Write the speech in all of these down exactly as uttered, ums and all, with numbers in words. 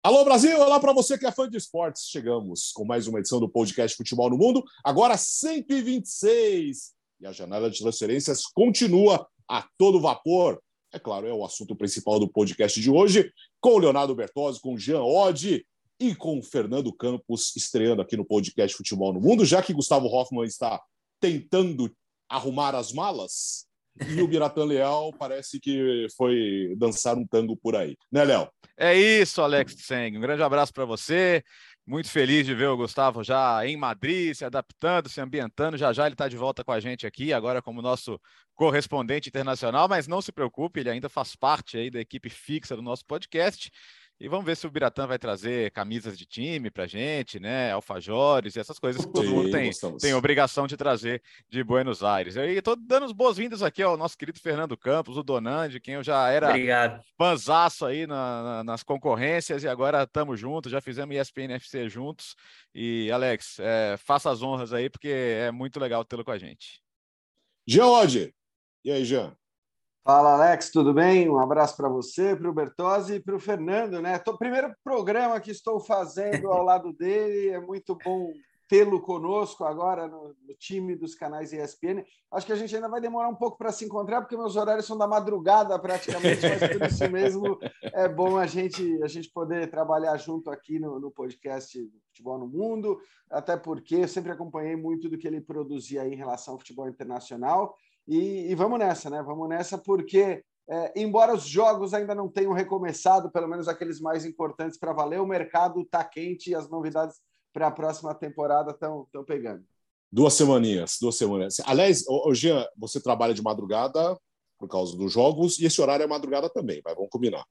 Alô, Brasil! Olá para você que é fã de esportes. Chegamos com mais uma edição do podcast Futebol no Mundo, agora cento e vinte e seis. E a janela de transferências continua a todo vapor. É claro, é o assunto principal do podcast de hoje, com o Leonardo Bertozzi, com o Jean Oddi e com o Fernando Campos estreando aqui no podcast Futebol no Mundo, já que Gustavo Hoffmann está tentando arrumar as malas e o Biratan Leal parece que foi dançar um tango por aí. Né, Léo? É isso, Alex Tseng. Um grande abraço para você. Muito feliz de ver o Gustavo já em Madrid, se adaptando, se ambientando. Já já ele está de volta com a gente aqui, agora como nosso correspondente internacional, mas não se preocupe, ele ainda faz parte aí da equipe fixa do nosso podcast. E vamos ver se o Biratan vai trazer camisas de time pra gente, né? Alfajores e essas coisas que todo Sim, mundo tem, tem obrigação de trazer de Buenos Aires. Eu estou dando as boas-vindas aqui ao nosso querido Fernando Campos, o Donandi, quem eu já era Obrigado. Fãzaço aí na, na, nas concorrências, e agora estamos juntos, já fizemos E S P N F C juntos. E, Alex, é, faça as honras aí, porque é muito legal tê-lo com a gente. Jean Oddi. E aí, Jean? Fala, Alex, tudo bem? Um abraço para você, para o Bertozzi e para o Fernando, né? Tô, primeiro programa que estou fazendo ao lado dele, é muito bom tê-lo conosco agora no, no time dos canais E S P N. Acho que a gente ainda vai demorar um pouco para se encontrar, porque meus horários são da madrugada praticamente, mas por isso mesmo é bom a gente, a gente poder trabalhar junto aqui no, no podcast Futebol no Mundo, até porque eu sempre acompanhei muito do que ele produzia aí em relação ao futebol internacional. E, e vamos nessa, né? Vamos nessa porque, é, embora os jogos ainda não tenham recomeçado, pelo menos aqueles mais importantes para valer, o mercado está quente e as novidades para a próxima temporada estão pegando. Duas semaninhas, duas semanas. Aliás, ô, Jean, você trabalha de madrugada por causa dos jogos e esse horário é madrugada também, mas vamos combinar.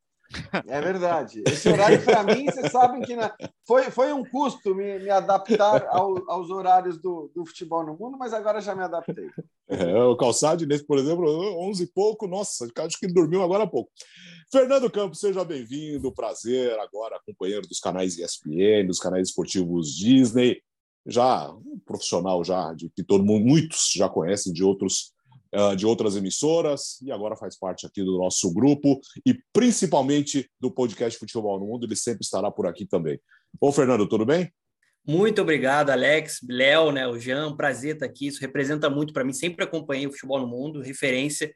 É verdade. Esse horário, para mim, vocês sabem que na... foi, foi um custo me, me adaptar ao, aos horários do, do futebol no mundo, mas agora já me adaptei. É, o Calçade, nesse, por exemplo, onze e pouco, nossa, acho que ele dormiu agora há pouco. Fernando Campos, seja bem-vindo, prazer, agora companheiro dos canais E S P N, dos canais esportivos Disney, já um profissional já, de que todo mundo, muitos já conhecem de outros de outras emissoras, e agora faz parte aqui do nosso grupo e principalmente do podcast Futebol no Mundo, ele sempre estará por aqui também. Ô, Fernando, tudo bem? Muito obrigado, Alex, Léo, né, o Jean, prazer estar aqui, isso representa muito para mim, sempre acompanhei o Futebol no Mundo, referência,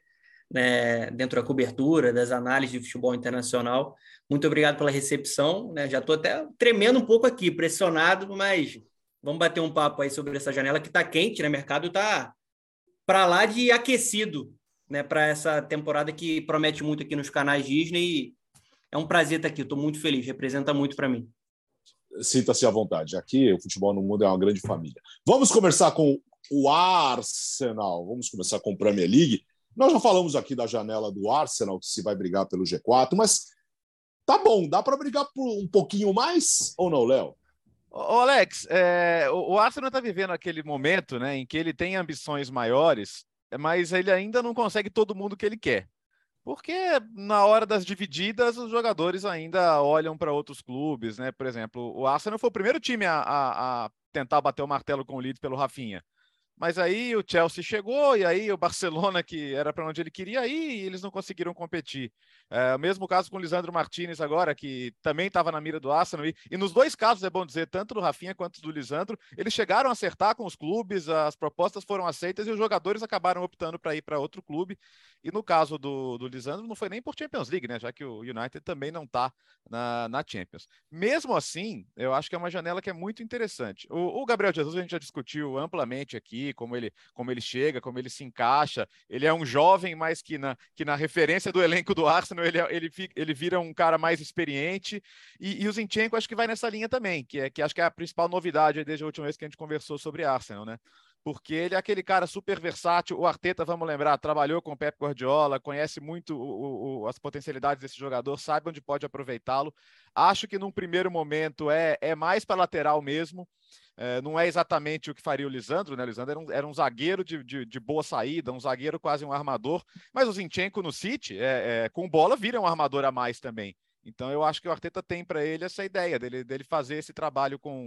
né, dentro da cobertura, das análises de futebol internacional. Muito obrigado pela recepção, né, já estou até tremendo um pouco aqui, pressionado, mas vamos bater um papo aí sobre essa janela que está quente, né, o mercado está para lá de aquecido, né, para essa temporada que promete muito aqui nos canais Disney. É um prazer estar aqui, estou muito feliz, representa muito para mim. Sinta-se à vontade, aqui o Futebol no Mundo é uma grande família. Vamos começar com o Arsenal, vamos começar com a Premier League. Nós já falamos aqui da janela do Arsenal, que se vai brigar pelo G quatro, mas tá bom, dá para brigar por um pouquinho mais ou não, Léo? Ô, Alex, é, o, o Arsenal está vivendo aquele momento, né, em que ele tem ambições maiores, mas ele ainda não consegue todo mundo que ele quer. Porque na hora das divididas, os jogadores ainda olham para outros clubes, né? Por exemplo, o Arsenal foi o primeiro time a, a, a tentar bater o martelo com o Leeds pelo Rafinha. Mas aí o Chelsea chegou, e aí o Barcelona, que era para onde ele queria ir, e eles não conseguiram competir. É, o mesmo caso com o Lisandro Martinez agora, que também estava na mira do Arsenal. E, e nos dois casos, é bom dizer, tanto do Rafinha quanto do Lisandro, eles chegaram a acertar com os clubes, as propostas foram aceitas e os jogadores acabaram optando para ir para outro clube. E no caso do, do Lisandro, não foi nem por Champions League, né? Já que o United também não está na, na Champions. Mesmo assim, eu acho que é uma janela que é muito interessante. O, o Gabriel Jesus a gente já discutiu amplamente aqui, como ele, como ele chega, como ele se encaixa. Ele é um jovem, mas que na, que na referência do elenco do Arsenal, ele, ele, ele vira um cara mais experiente. E, e o Zinchenko acho que vai nessa linha também, que, é, que acho que é a principal novidade desde a última vez que a gente conversou sobre Arsenal, né? Porque ele é aquele cara super versátil. O Arteta, vamos lembrar, trabalhou com o Pep Guardiola, conhece muito o, o, as potencialidades desse jogador, sabe onde pode aproveitá-lo. Acho que num primeiro momento é, é mais para lateral mesmo. É, não é exatamente o que faria o Lisandro, né? O Lisandro era um, era um zagueiro de, de, de boa saída, um zagueiro quase um armador, mas o Zinchenko no City, é, é, com bola, vira um armador a mais também. Então eu acho que o Arteta tem para ele essa ideia dele, dele fazer esse trabalho com,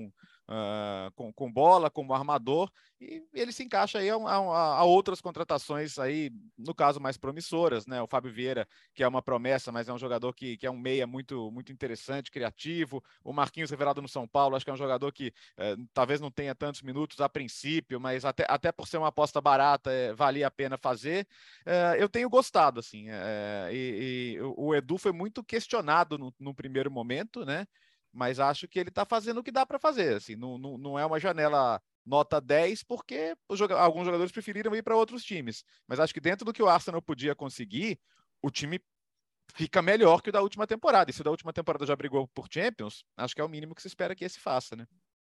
uh, com, com bola, como armador, e ele se encaixa aí a, a, a outras contratações aí, no caso, mais promissoras, né? O Fábio Vieira, que é uma promessa, mas é um jogador que, que é um meia muito, muito interessante, criativo. O Marquinhos, revelado no São Paulo, acho que é um jogador que eh, talvez não tenha tantos minutos a princípio, mas até, até por ser uma aposta barata, eh, valia a pena fazer. Eh, eu tenho gostado, assim, eh, e, e o Edu foi muito questionado no, no primeiro momento, né? Mas acho que ele está fazendo o que dá para fazer. Assim, não, não, não é uma janela nota dez, porque os joga- alguns jogadores preferiram ir para outros times. Mas acho que dentro do que o Arsenal podia conseguir, o time fica melhor que o da última temporada. E se o da última temporada já brigou por Champions, acho que é o mínimo que se espera que esse faça, né?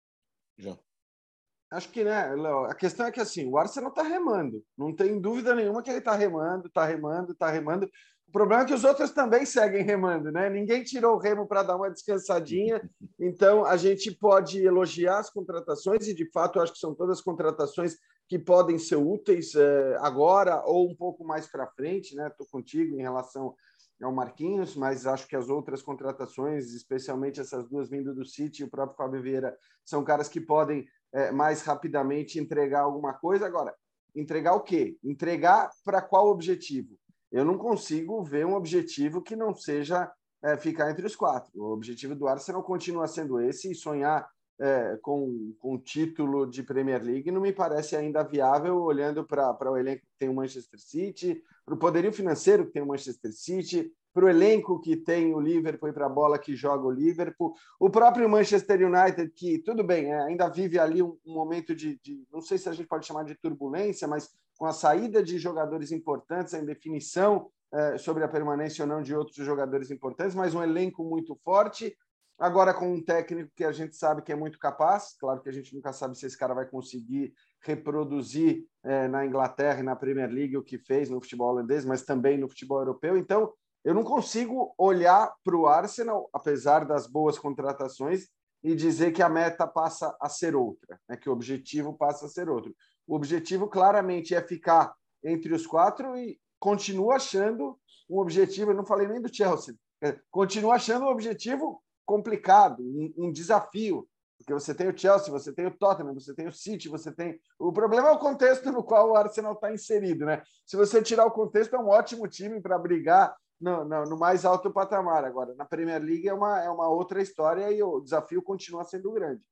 Já. Acho que, né, Léo, a questão é que assim, o Arsenal está remando. Não tem dúvida nenhuma que ele está remando, está remando, está remando. O problema é que os outros também seguem remando, né? Ninguém tirou o remo para dar uma descansadinha. Então, a gente pode elogiar as contratações, e de fato, eu acho que são todas contratações que podem ser úteis eh, agora ou um pouco mais para frente, né? Estou contigo em relação ao Marquinhos, mas acho que as outras contratações, especialmente essas duas vindo do City e o próprio Fábio Vieira, são caras que podem é, mais rapidamente entregar alguma coisa. Agora, entregar o quê? Entregar para qual objetivo? Eu não consigo ver um objetivo que não seja é, ficar entre os quatro. O objetivo do Arsenal continua sendo esse, e sonhar é, com, com o título de Premier League não me parece ainda viável, olhando para o elenco que tem o Manchester City, para o poderio financeiro que tem o Manchester City, para o elenco que tem o Liverpool e para a bola que joga o Liverpool, o próprio Manchester United, que, tudo bem, é, ainda vive ali um, um momento de, de, não sei se a gente pode chamar de turbulência, mas com a saída de jogadores importantes, a indefinição é, sobre a permanência ou não de outros jogadores importantes, mas um elenco muito forte, agora com um técnico que a gente sabe que é muito capaz. Claro que a gente nunca sabe se esse cara vai conseguir reproduzir é, na Inglaterra e na Premier League o que fez no futebol holandês, mas também no futebol europeu. Então, eu não consigo olhar para o Arsenal, apesar das boas contratações, e dizer que a meta passa a ser outra, né? Que o objetivo passa a ser outro. O objetivo claramente é ficar entre os quatro, e continuo achando um objetivo, eu não falei nem do Chelsea, continuo achando um objetivo complicado, um, um desafio, porque você tem o Chelsea, você tem o Tottenham, você tem o City, você tem... O problema é o contexto no qual o Arsenal está inserido, né? Se você tirar o contexto, é um ótimo time para brigar no, no, no mais alto patamar. Agora, na Premier League é uma, é uma outra história, e o desafio continua sendo grande.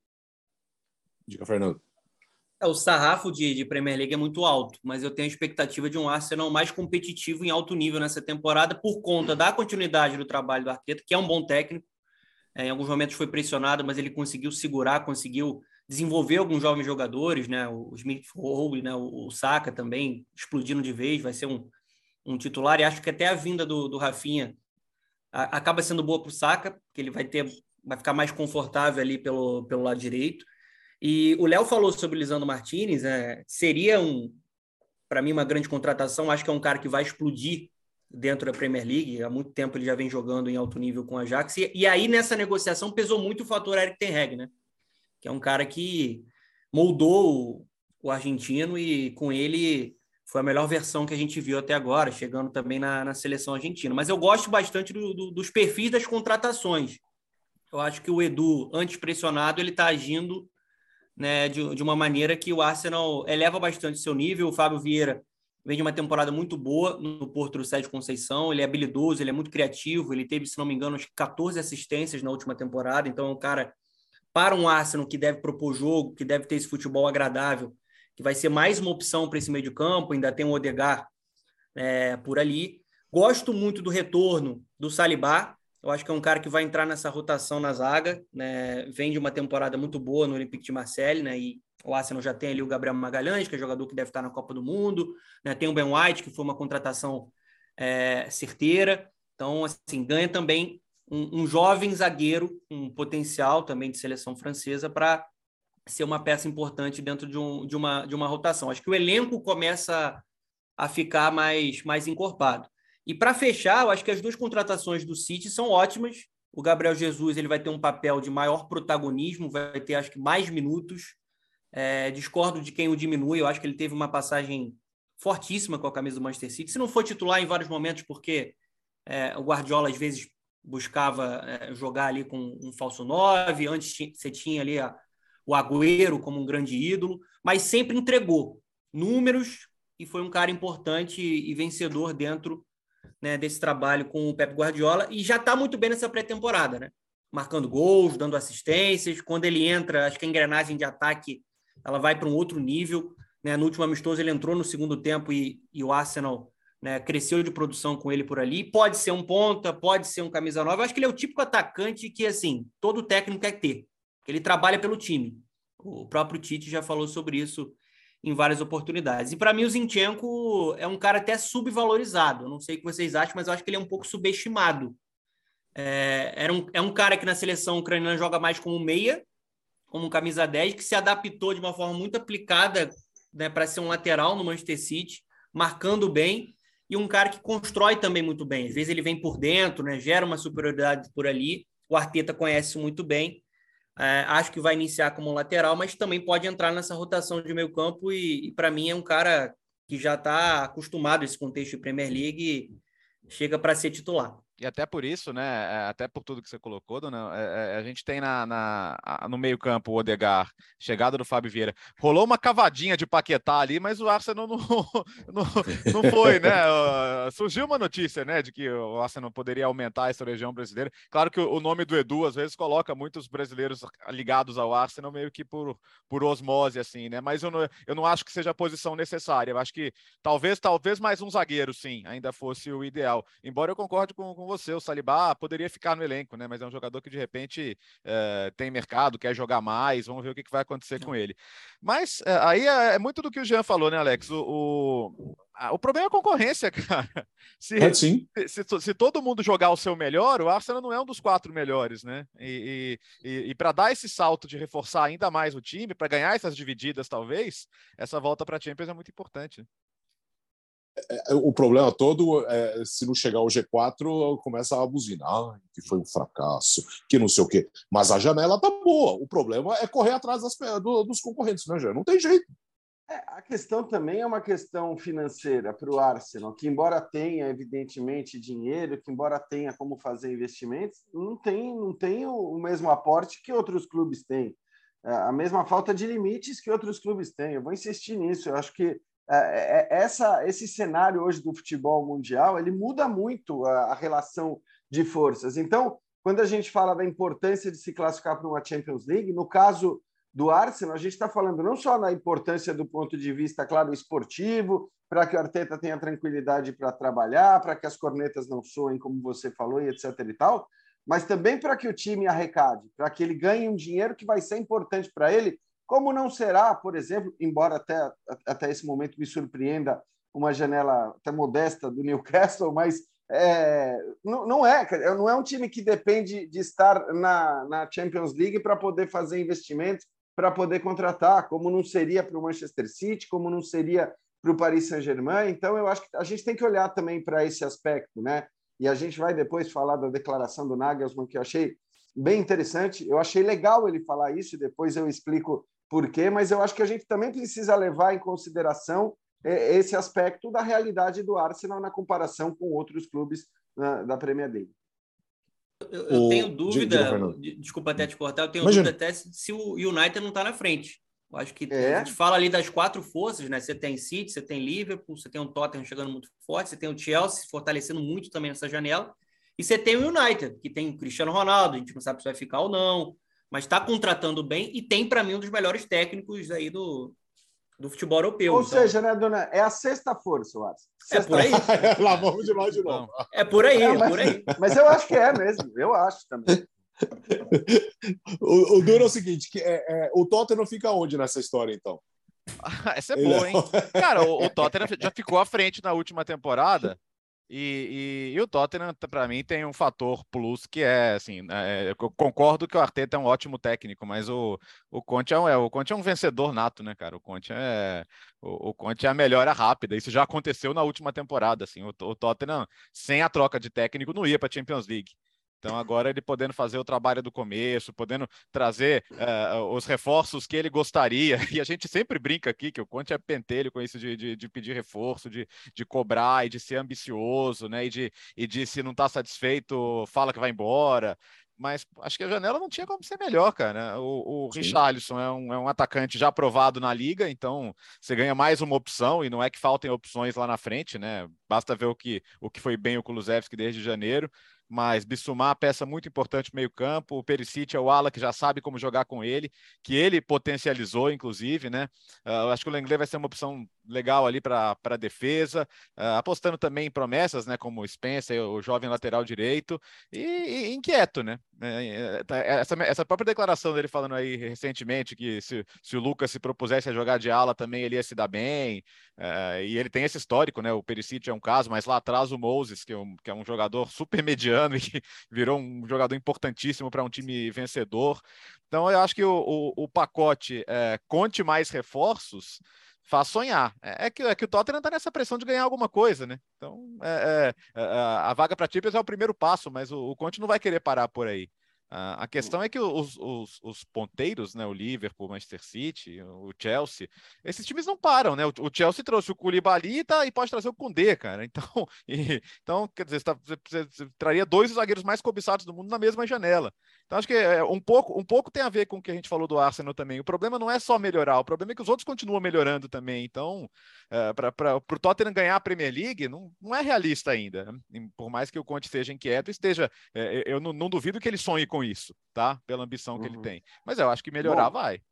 Diga, Fernando. É, o sarrafo de, de Premier League é muito alto, mas eu tenho a expectativa de um Arsenal mais competitivo em alto nível nessa temporada, por conta da continuidade do trabalho do Arteta, que é um bom técnico. É, em alguns momentos foi pressionado, mas ele conseguiu segurar, conseguiu desenvolver alguns jovens jogadores, né? O Smith Rowe, né? O, o Saka também explodindo de vez, vai ser um, um titular, e acho que até a vinda do, do Rafinha a, acaba sendo boa para o Saka, que ele vai ter, vai ficar mais confortável ali pelo, pelo lado direito. E o Léo falou sobre o Lisandro Martinez, é, seria um, para mim, uma grande contratação. Acho que é um cara que vai explodir dentro da Premier League. Há muito tempo ele já vem jogando em alto nível com o Ajax. E, e aí, nessa negociação, pesou muito o fator Erik ten Hag, né? Que é um cara que moldou o, o argentino, e com ele foi a melhor versão que a gente viu até agora, chegando também na, na seleção argentina. Mas eu gosto bastante do, do, dos perfis das contratações. Eu acho que o Edu, antes pressionado, ele está agindo, né, de, de uma maneira que o Arsenal eleva bastante seu nível. O Fábio Vieira vem de uma temporada muito boa no Porto do Sérgio Conceição, ele é habilidoso, ele é muito criativo, ele teve, se não me engano, acho que catorze assistências na última temporada, então é um cara, para um Arsenal que deve propor jogo, que deve ter esse futebol agradável, que vai ser mais uma opção para esse meio de campo. Ainda tem o Odegaard é, por ali. Gosto muito do retorno do Saliba. Eu acho que é um cara que vai entrar nessa rotação na zaga, né? Vem de uma temporada muito boa no Olympique de Marseille, né? E o Arsenal já tem ali o Gabriel Magalhães, que é jogador que deve estar na Copa do Mundo, né? Tem o Ben White, que foi uma contratação é, certeira. Então, assim, ganha também um, um jovem zagueiro, um potencial também de seleção francesa para ser uma peça importante dentro de, um, de, uma, de uma rotação. Acho que o elenco começa a ficar mais, mais encorpado. E para fechar, eu acho que as duas contratações do City são ótimas. O Gabriel Jesus, ele vai ter um papel de maior protagonismo, vai ter, acho que, mais minutos. É, discordo de quem o diminui. Eu acho que ele teve uma passagem fortíssima com a camisa do Manchester City. Se não for titular em vários momentos, porque é, o Guardiola, às vezes, buscava é, jogar ali com um falso nove. Antes você tinha ali a, o Agüero como um grande ídolo, mas sempre entregou números e foi um cara importante e vencedor dentro, né, desse trabalho com o Pep Guardiola, e já está muito bem nessa pré-temporada, né? Marcando gols, dando assistências. Quando ele entra, acho que a engrenagem de ataque ela vai para um outro nível, né? No último amistoso ele entrou no segundo tempo e, e o Arsenal, né, cresceu de produção com ele por ali. Pode ser um ponta, pode ser um camisa nova. Eu acho que ele é o típico atacante que, assim, todo técnico quer ter. Ele trabalha pelo time. O próprio Tite já falou sobre isso em várias oportunidades. E para mim o Zinchenko é um cara até subvalorizado. Eu não sei o que vocês acham, mas eu acho que ele é um pouco subestimado. É, era um, é um cara que na seleção ucraniana joga mais como meia, como um camisa dez, que se adaptou de uma forma muito aplicada, né, para ser um lateral no Manchester City, marcando bem, e um cara que constrói também muito bem. Às vezes ele vem por dentro, né, gera uma superioridade por ali. O Arteta conhece muito bem. É, acho que vai iniciar como lateral, mas também pode entrar nessa rotação de meio campo e, e para mim é um cara que já está acostumado a esse contexto de Premier League e chega para ser titular. E até por isso, né, até por tudo que você colocou, Dona, é, a gente tem na, na, no meio campo o Odegaard, chegada do Fábio Vieira. Rolou uma cavadinha de Paquetá ali, mas o Arsenal não, não, não foi, né? Uh, surgiu uma notícia, né, de que o Arsenal poderia aumentar essa região brasileira. Claro que o, o nome do Edu, às vezes, coloca muitos brasileiros ligados ao Arsenal meio que por, por osmose, assim, né? Mas eu não, eu não acho que seja a posição necessária. Eu acho que talvez, talvez mais um zagueiro, sim, ainda fosse o ideal. Embora eu concorde com, com você, o Saliba poderia ficar no elenco, né? Mas é um jogador que de repente é, tem mercado, quer jogar mais, vamos ver o que, que vai acontecer com ele. Mas é, aí é, é muito do que o Jean falou, né, Alex? O, o, a, o problema é a concorrência, cara. Se, é, sim. se, se, se todo mundo jogar o seu melhor, o Arsenal não é um dos quatro melhores, né? E, e, e, e para dar esse salto de reforçar ainda mais o time, para ganhar essas divididas, talvez, essa volta para a Champions é muito importante, né? O problema todo é se não chegar ao G quatro, começa a buzinar, que foi um fracasso, que não sei o quê. Mas a janela tá boa. O problema é correr atrás das, do, dos concorrentes, né, Jean? Não tem jeito. É, a questão também é uma questão financeira para o Arsenal, que embora tenha, evidentemente, dinheiro, que embora tenha como fazer investimentos, não tem, não tem o, o mesmo aporte que outros clubes têm. É, a mesma falta de limites que outros clubes têm. Eu vou insistir nisso. Eu acho que Essa, esse cenário hoje do futebol mundial, ele muda muito a, a relação de forças. Então, quando a gente fala da importância de se classificar para uma Champions League, no caso do Arsenal, a gente está falando não só da importância do ponto de vista, claro, esportivo, para que o Arteta tenha tranquilidade para trabalhar, para que as cornetas não soem, como você falou, e etc e tal, mas também para que o time arrecade, para que ele ganhe um dinheiro que vai ser importante para ele, como não será, por exemplo, embora até, até esse momento me surpreenda uma janela até modesta do Newcastle, mas é, não, não, é, não é um time que depende de estar na, na Champions League para poder fazer investimentos, para poder contratar, como não seria para o Manchester City, como não seria para o Paris Saint-Germain. Então, eu acho que a gente tem que olhar também para esse aspecto, né? E a gente vai depois falar da declaração do Nagelsmann, que eu achei bem interessante. Eu achei legal ele falar isso, depois eu explico por quê, mas eu acho que a gente também precisa levar em consideração esse aspecto da realidade do Arsenal na comparação com outros clubes da Premier League. Eu, eu tenho dúvida, diga, diga, desculpa até te cortar, eu tenho Imagina. dúvida até se o United não está na frente. Eu acho que é. a gente fala ali das quatro forças, né? Você tem City, você tem Liverpool, você tem o Tottenham chegando muito forte, você tem o Chelsea fortalecendo muito também nessa janela, e você tem o United, que tem o Cristiano Ronaldo, a gente não sabe se vai ficar ou não, mas está contratando bem e tem, para mim, um dos melhores técnicos aí do, do futebol europeu. Ou então... seja, né, dona? É a sexta força, eu acho. É por aí. Lá vamos de mais de novo. É por aí, é, mas, é por aí. Mas eu acho que é mesmo, eu acho também. o, o duro é o seguinte, que é, é, o Tottenham fica onde nessa história, então? Essa é boa, hein? Cara, o, o Tottenham já ficou à frente na última temporada. E, e, e o Tottenham, para mim, tem um fator plus que é, assim, é, eu concordo que o Arteta é um ótimo técnico, mas o, o, Conte é um, é, o Conte é um vencedor nato, né, cara? O Conte é, o, o Conte é a melhora rápida. Isso já aconteceu na última temporada, assim. O, o Tottenham, sem a troca de técnico, não ia para a Champions League. Então, agora ele podendo fazer o trabalho do começo, podendo trazer uh, os reforços que ele gostaria. E a gente sempre brinca aqui que o Conte é pentelho com isso de, de, de pedir reforço, de, de cobrar e de ser ambicioso, né? E de, e de se não está satisfeito, fala que vai embora. mas acho que a janela não tinha como ser melhor, cara. O, o Richarlison é um, é um atacante já aprovado na liga, então você ganha mais uma opção, e não é que faltem opções lá na frente, né? Basta ver o que, o que foi bem o Kulusevski desde janeiro. Mas Bissouma, peça muito importante no meio campo, o Perisic é o ala que já sabe como jogar com ele, que ele potencializou, inclusive, né? Uh, acho que o Lenglet vai ser uma opção legal ali para a defesa, uh, apostando também em promessas, né? Como o Spencer, o jovem lateral direito, e, e inquieto, né? Essa, essa própria declaração dele falando aí recentemente que se, se o Lucas se propusesse a jogar de ala também ele ia se dar bem, uh, e ele tem esse histórico, né? O Perisic é um caso, mas lá atrás o Moses, que é um, que é um jogador super mediano e que virou um jogador importantíssimo para um time vencedor. Então eu acho que o, o, o pacote é, conte mais reforços, faz sonhar. É, é, que, é que o Tottenham está nessa pressão de ganhar alguma coisa, né? Então é, é, a vaga para a Champions é o primeiro passo, mas o, o Conte não vai querer parar por aí. A questão é que os, os, os ponteiros, né, o Liverpool, o Manchester City, o Chelsea, esses times não param, né? O, o Chelsea trouxe o Koulibaly e, tá, e pode trazer o Koundé, cara. Então, e, então quer dizer, você, tá, você, você, você traria dois dos zagueiros mais cobiçados do mundo na mesma janela. Então, acho que é, um, pouco, um pouco tem a ver com o que a gente falou do Arsenal também. O problema não é só melhorar, o problema é que os outros continuam melhorando também. Então, é, para o Tottenham ganhar a Premier League, não, não é realista ainda. Né? Por mais que o Conte esteja inquieto, esteja, é, eu não, não duvido que ele sonhe com isso, tá? Pela ambição que uhum. ele tem. Mas eu acho que melhorar bom, vai.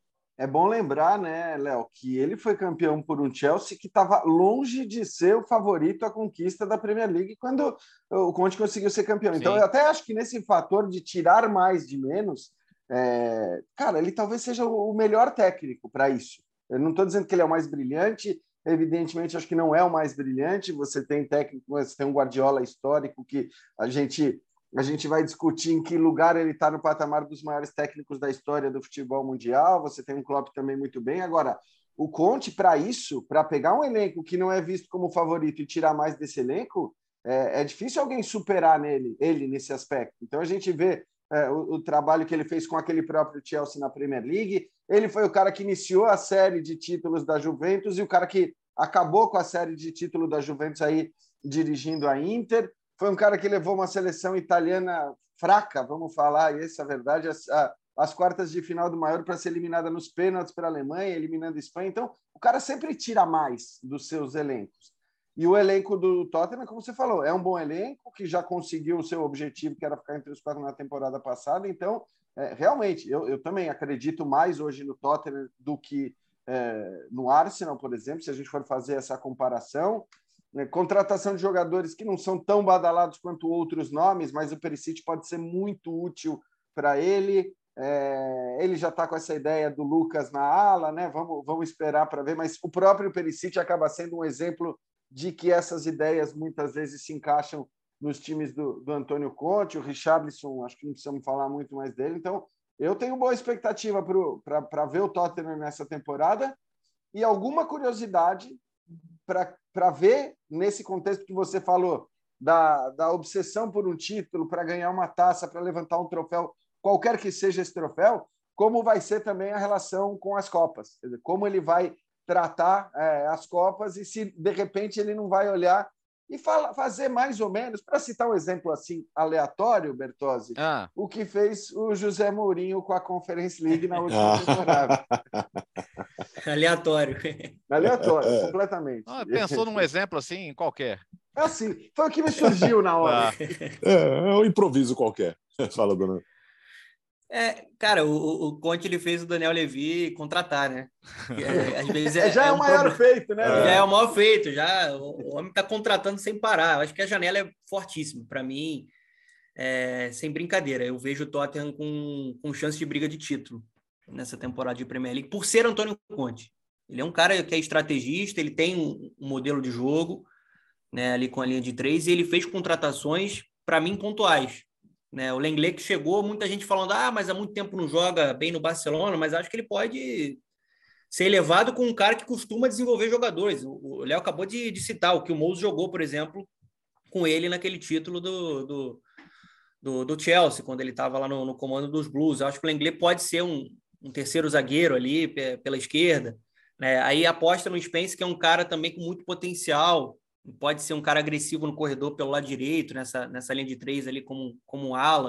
É bom lembrar, né, Léo, que ele foi campeão por um Chelsea que estava longe de ser o favorito à conquista da Premier League quando o Conte conseguiu ser campeão. Sim. Então, eu até acho que nesse fator de tirar mais de menos, é... cara, ele talvez seja o melhor técnico para isso. Eu não estou dizendo que ele é o mais brilhante, evidentemente, acho que não é o mais brilhante. Você tem técnico, você tem um Guardiola histórico que a gente... A gente vai discutir em que lugar ele está no patamar dos maiores técnicos da história do futebol mundial. Você tem um Klopp também muito bem. Agora, o Conte, para isso, para pegar um elenco que não é visto como favorito e tirar mais desse elenco, é, é difícil alguém superar nele, ele nesse aspecto. Então, a gente vê é, o, o trabalho que ele fez com aquele próprio Chelsea na Premier League. Ele foi o cara que iniciou a série de títulos da Juventus e o cara que acabou com a série de títulos da Juventus aí dirigindo a Inter. Foi um cara que levou uma seleção italiana fraca, vamos falar, e essa é a verdade, as, as quartas de final do maior para ser eliminada nos pênaltis para a Alemanha, eliminando a Espanha. Então, o cara sempre tira mais dos seus elencos. E o elenco do Tottenham, como você falou, é um bom elenco, que já conseguiu o seu objetivo, que era ficar entre os quatro na temporada passada. Então, é, realmente, eu, eu também acredito mais hoje no Tottenham do que é, no Arsenal, por exemplo, se a gente for fazer essa comparação. Contratação de jogadores que não são tão badalados quanto outros nomes, mas o Perisic pode ser muito útil para ele. É, ele já está com essa ideia do Lucas na ala, né? Vamos, vamos esperar para ver, mas o próprio Perisic acaba sendo um exemplo de que essas ideias muitas vezes se encaixam nos times do, do Antônio Conte. O Richarlison, acho que não precisamos falar muito mais dele. Então, eu tenho boa expectativa para ver o Tottenham nessa temporada e alguma curiosidade para ver, nesse contexto que você falou, da, da obsessão por um título, para ganhar uma taça, para levantar um troféu, qualquer que seja esse troféu, como vai ser também a relação com as Copas, quer dizer, como ele vai tratar é, as Copas e se, de repente, ele não vai olhar e fala, fazer mais ou menos, para citar um exemplo assim aleatório, Bertozzi, ah. o que fez o José Mourinho com a Conference League na última temporada. Aleatório. Aleatório, completamente. Ah, pensou num exemplo assim, qualquer. É assim, foi o que me surgiu na hora. É, é um improviso qualquer. Fala, dona. É, cara, o, o Conte ele fez o Daniel Levy contratar, né? É, às vezes é, já é, é um o maior problema. feito, né? Já é o maior feito, já o, o homem está contratando sem parar. Eu acho que a janela é fortíssima. Para mim, é, sem brincadeira, eu vejo o Tottenham com, com chance de briga de título nessa temporada de Premier League, por ser Antônio Conte. Ele é um cara que é estrategista, ele tem um, um modelo de jogo, né, ali com a linha de três, e ele fez contratações, para mim, pontuais. Né? O Lenglet que chegou, muita gente falando, ah, mas há muito tempo não joga bem no Barcelona, mas acho que ele pode ser elevado com um cara que costuma desenvolver jogadores. O Léo acabou de, de citar o que o Moussa jogou, por exemplo, com ele naquele título do, do, do, do Chelsea, quando ele estava lá no, no comando dos Blues. Eu acho que o Lenglet pode ser um, um terceiro zagueiro ali pela esquerda. Né? Aí aposta no Spence, que é um cara também com muito potencial, pode ser um cara agressivo no corredor pelo lado direito, nessa, nessa linha de três ali como, como um ala,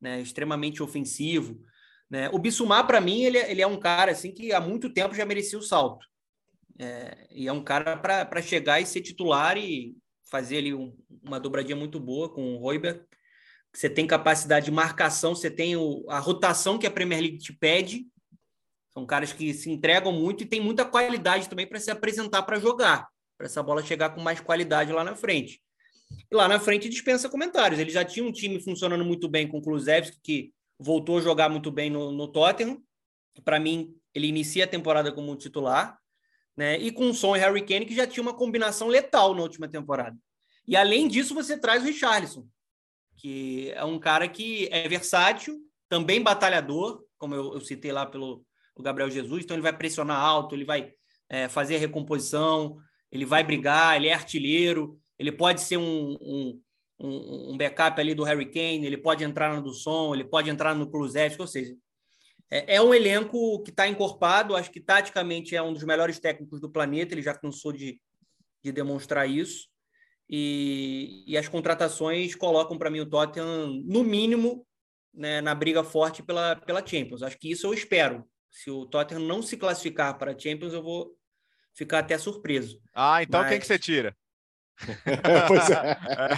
né? Extremamente ofensivo, né? O Bissouma, para mim, ele, ele é um cara assim, que há muito tempo já merecia o salto. É, e é um cara para chegar e ser titular e fazer ali um, uma dobradinha muito boa com o Højbjerg. Você tem capacidade de marcação, você tem o, a rotação que a Premier League te pede. São caras que se entregam muito e tem muita qualidade também para se apresentar para jogar, para essa bola chegar com mais qualidade lá na frente. E lá na frente dispensa comentários. Ele já tinha um time funcionando muito bem com o Kulusevski, que voltou a jogar muito bem no, no Tottenham. Para mim, ele inicia a temporada como titular, né? E com o Son e Harry Kane, que já tinha uma combinação letal na última temporada. E além disso, você traz o Richarlison, que é um cara que é versátil, também batalhador, como eu, eu citei lá pelo o Gabriel Jesus, então ele vai pressionar alto, ele vai é, fazer a recomposição, ele vai brigar, ele é artilheiro, ele pode ser um, um, um backup ali do Harry Kane, ele pode entrar no do Son, ele pode entrar no Kulusevski, ou seja, é, é um elenco que está encorpado, acho que taticamente é um dos melhores técnicos do planeta, ele já cansou de, de demonstrar isso, e, e as contratações colocam para mim o Tottenham, no mínimo, né, na briga forte pela, pela Champions. Acho que isso eu espero. Se o Tottenham não se classificar para a Champions, eu vou ficar até surpreso. Ah, então Mas... quem que você tira? Pois é.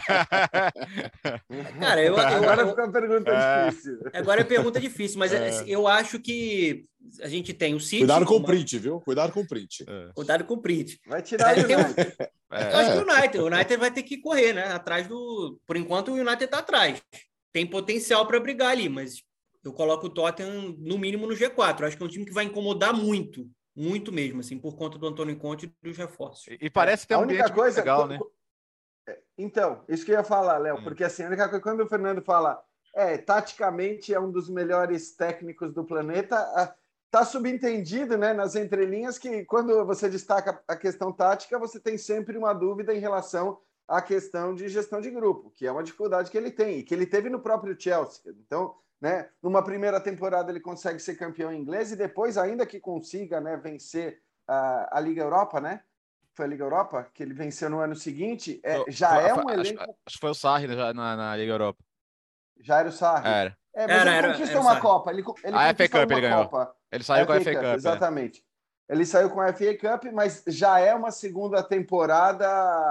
Cara, eu, eu, agora eu, fica uma pergunta é, difícil. Agora é pergunta difícil, mas é. eu acho que a gente tem o City... Cuidado com o uma... print, viu? Cuidado com o print. É. Cuidado com o print. Vai tirar o United. É. Eu acho que o United. O United vai ter que correr, né? Atrás do... Por enquanto, o United está atrás. Tem potencial para brigar ali, mas eu coloco o Tottenham, no mínimo, no G quatro. Eu acho que é um time que vai incomodar muito, muito mesmo, assim, por conta do Antônio Conte e dos reforços. E, e parece ter a um única ambiente coisa, legal, quando, né? Então, isso que eu ia falar, Léo, Hum. porque assim, a única coisa, quando o Fernando fala, é, taticamente é um dos melhores técnicos do planeta, tá subentendido, né, nas entrelinhas, que quando você destaca a questão tática, você tem sempre uma dúvida em relação à questão de gestão de grupo, que é uma dificuldade que ele tem, e que ele teve no próprio Chelsea. Então, né, numa primeira temporada ele consegue ser campeão inglês e depois, ainda que consiga, né, vencer a, a Liga Europa, né? Foi a Liga Europa que ele venceu no ano seguinte, é, já foi, é foi, um acho, elenco... Acho que foi o Sarri na, na, na Liga Europa. Já era o Sarri? Era. É, mas Era, ele era, conquistou era uma Sarri. Copa. Ele, ele A F A conquistou Cup uma ele ganhou. Copa. Ele saiu com a F A Cup, Cup. exatamente. É. Ele saiu com a F A Cup, mas já é uma segunda temporada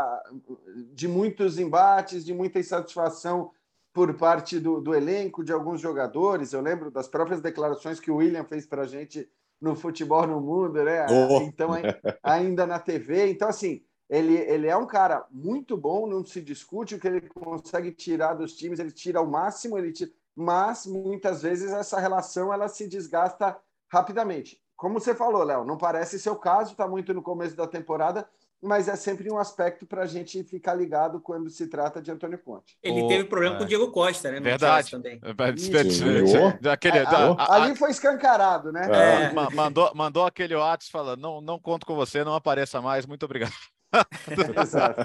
de muitos embates, de muita insatisfação por parte do, do elenco, de alguns jogadores. Eu lembro das próprias declarações que o William fez para a gente no Futebol no Mundo, né? Oh. Então, ainda na T V. Então, assim, ele, ele é um cara muito bom, não se discute o que ele consegue tirar dos times, ele tira ao máximo, ele tira... mas muitas vezes essa relação ela se desgasta rapidamente. Como você falou, Léo, não parece ser o caso, está muito no começo da temporada, mas é sempre um aspecto para a gente ficar ligado quando se trata de Antônio Conte. Ele o... teve problema é. com o Diego Costa, né? No Verdade. também. Aquele, é, da, a, ali foi escancarado, né? É. Mandou, mandou aquele WhatsApp falando, não, não conto com você, não apareça mais, muito obrigado. Exato.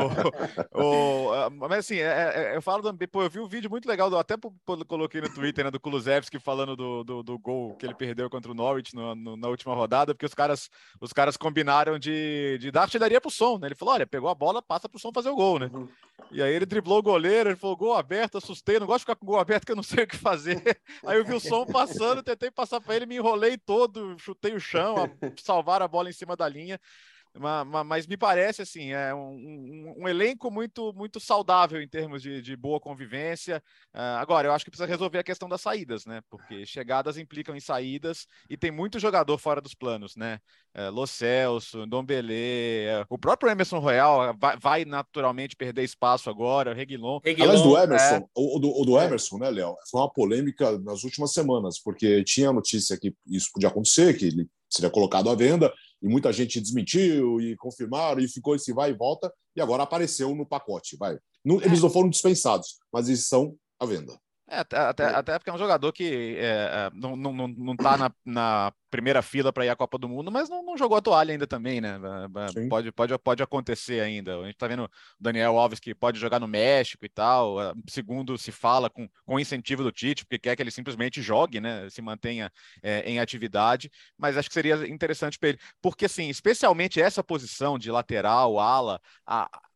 o, o, mas assim, é, é, eu falo do, pô, eu vi um vídeo muito legal, do, até coloquei no Twitter, né, do Kulusevski falando do, do, do gol que ele perdeu contra o Norwich no, no, na última rodada, porque os caras, os caras combinaram de, de dar artilharia pro Son, né? Ele falou, olha, pegou a bola, passa pro Son fazer o gol, né? Uhum. E aí ele driblou o goleiro, ele falou, gol aberto, assustei, não gosto de ficar com o gol aberto que eu não sei o que fazer. Aí eu vi o Son passando, tentei passar para ele, me enrolei todo, chutei o chão, a, salvar a bola em cima da linha. Mas, mas me parece assim, é um, um, um elenco muito, muito saudável em termos de, de boa convivência. Uh, agora, eu acho que precisa resolver a questão das saídas, né? Porque chegadas implicam em saídas e tem muito jogador fora dos planos, né? Uh, Lo Celso, Ndombele, uh, o próprio Emerson Royal vai, vai naturalmente perder espaço agora, Reguilon. Aliás, do Emerson, é... o, do, o do Emerson, né, Léo? Foi uma polêmica nas últimas semanas, porque tinha a notícia que isso podia acontecer, que ele seria colocado à venda, e muita gente desmentiu e confirmaram, e ficou esse vai e volta, e agora apareceu no pacote. Vai. Não, eles não foram dispensados, mas eles são à venda. É, até, até, até porque é um jogador que é, não, não, não, não tá na, na primeira fila para ir à Copa do Mundo, mas não, não jogou a toalha ainda também, né? Pode, pode, pode acontecer ainda. A gente tá vendo o Daniel Alves que pode jogar no México e tal, segundo se fala, com, com incentivo do Tite, porque quer que ele simplesmente jogue, né? Se mantenha é, em atividade, mas acho que seria interessante para ele, porque assim, especialmente essa posição de lateral, ala, a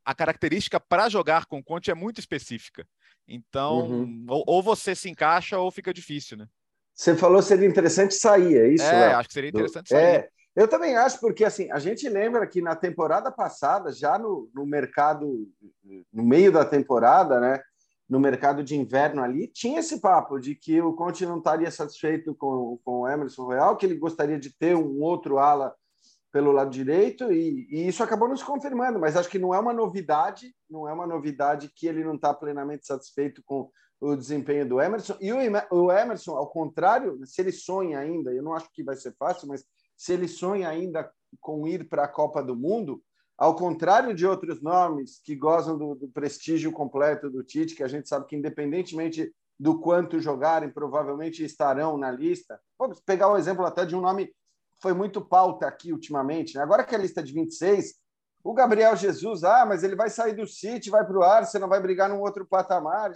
a característica para jogar com o Conte é muito específica. Então, uhum. ou, ou você se encaixa ou fica difícil, né? Você falou que seria interessante sair, é isso, É, Léo? acho que seria interessante sair. É, eu também acho, porque assim, a gente lembra que na temporada passada, já no, no mercado, no meio da temporada, né, no mercado de inverno ali, tinha esse papo de que o Conte não estaria satisfeito com, com o Emerson Royal, que ele gostaria de ter um outro ala pelo lado direito, e, e isso acabou nos confirmando, mas acho que não é uma novidade, não é uma novidade que ele não está plenamente satisfeito com o desempenho do Emerson. E o Emerson, ao contrário, se ele sonha ainda, eu não acho que vai ser fácil, mas se ele sonha ainda com ir para a Copa do Mundo, ao contrário de outros nomes que gozam do, do prestígio completo do Tite, que a gente sabe que, independentemente do quanto jogarem, provavelmente estarão na lista. Vamos pegar o exemplo até de um nome que foi muito pauta aqui ultimamente, né? Agora que a lista de vinte e seis, o Gabriel Jesus, ah, mas ele vai sair do City, vai para o Arsenal, vai brigar num outro patamar.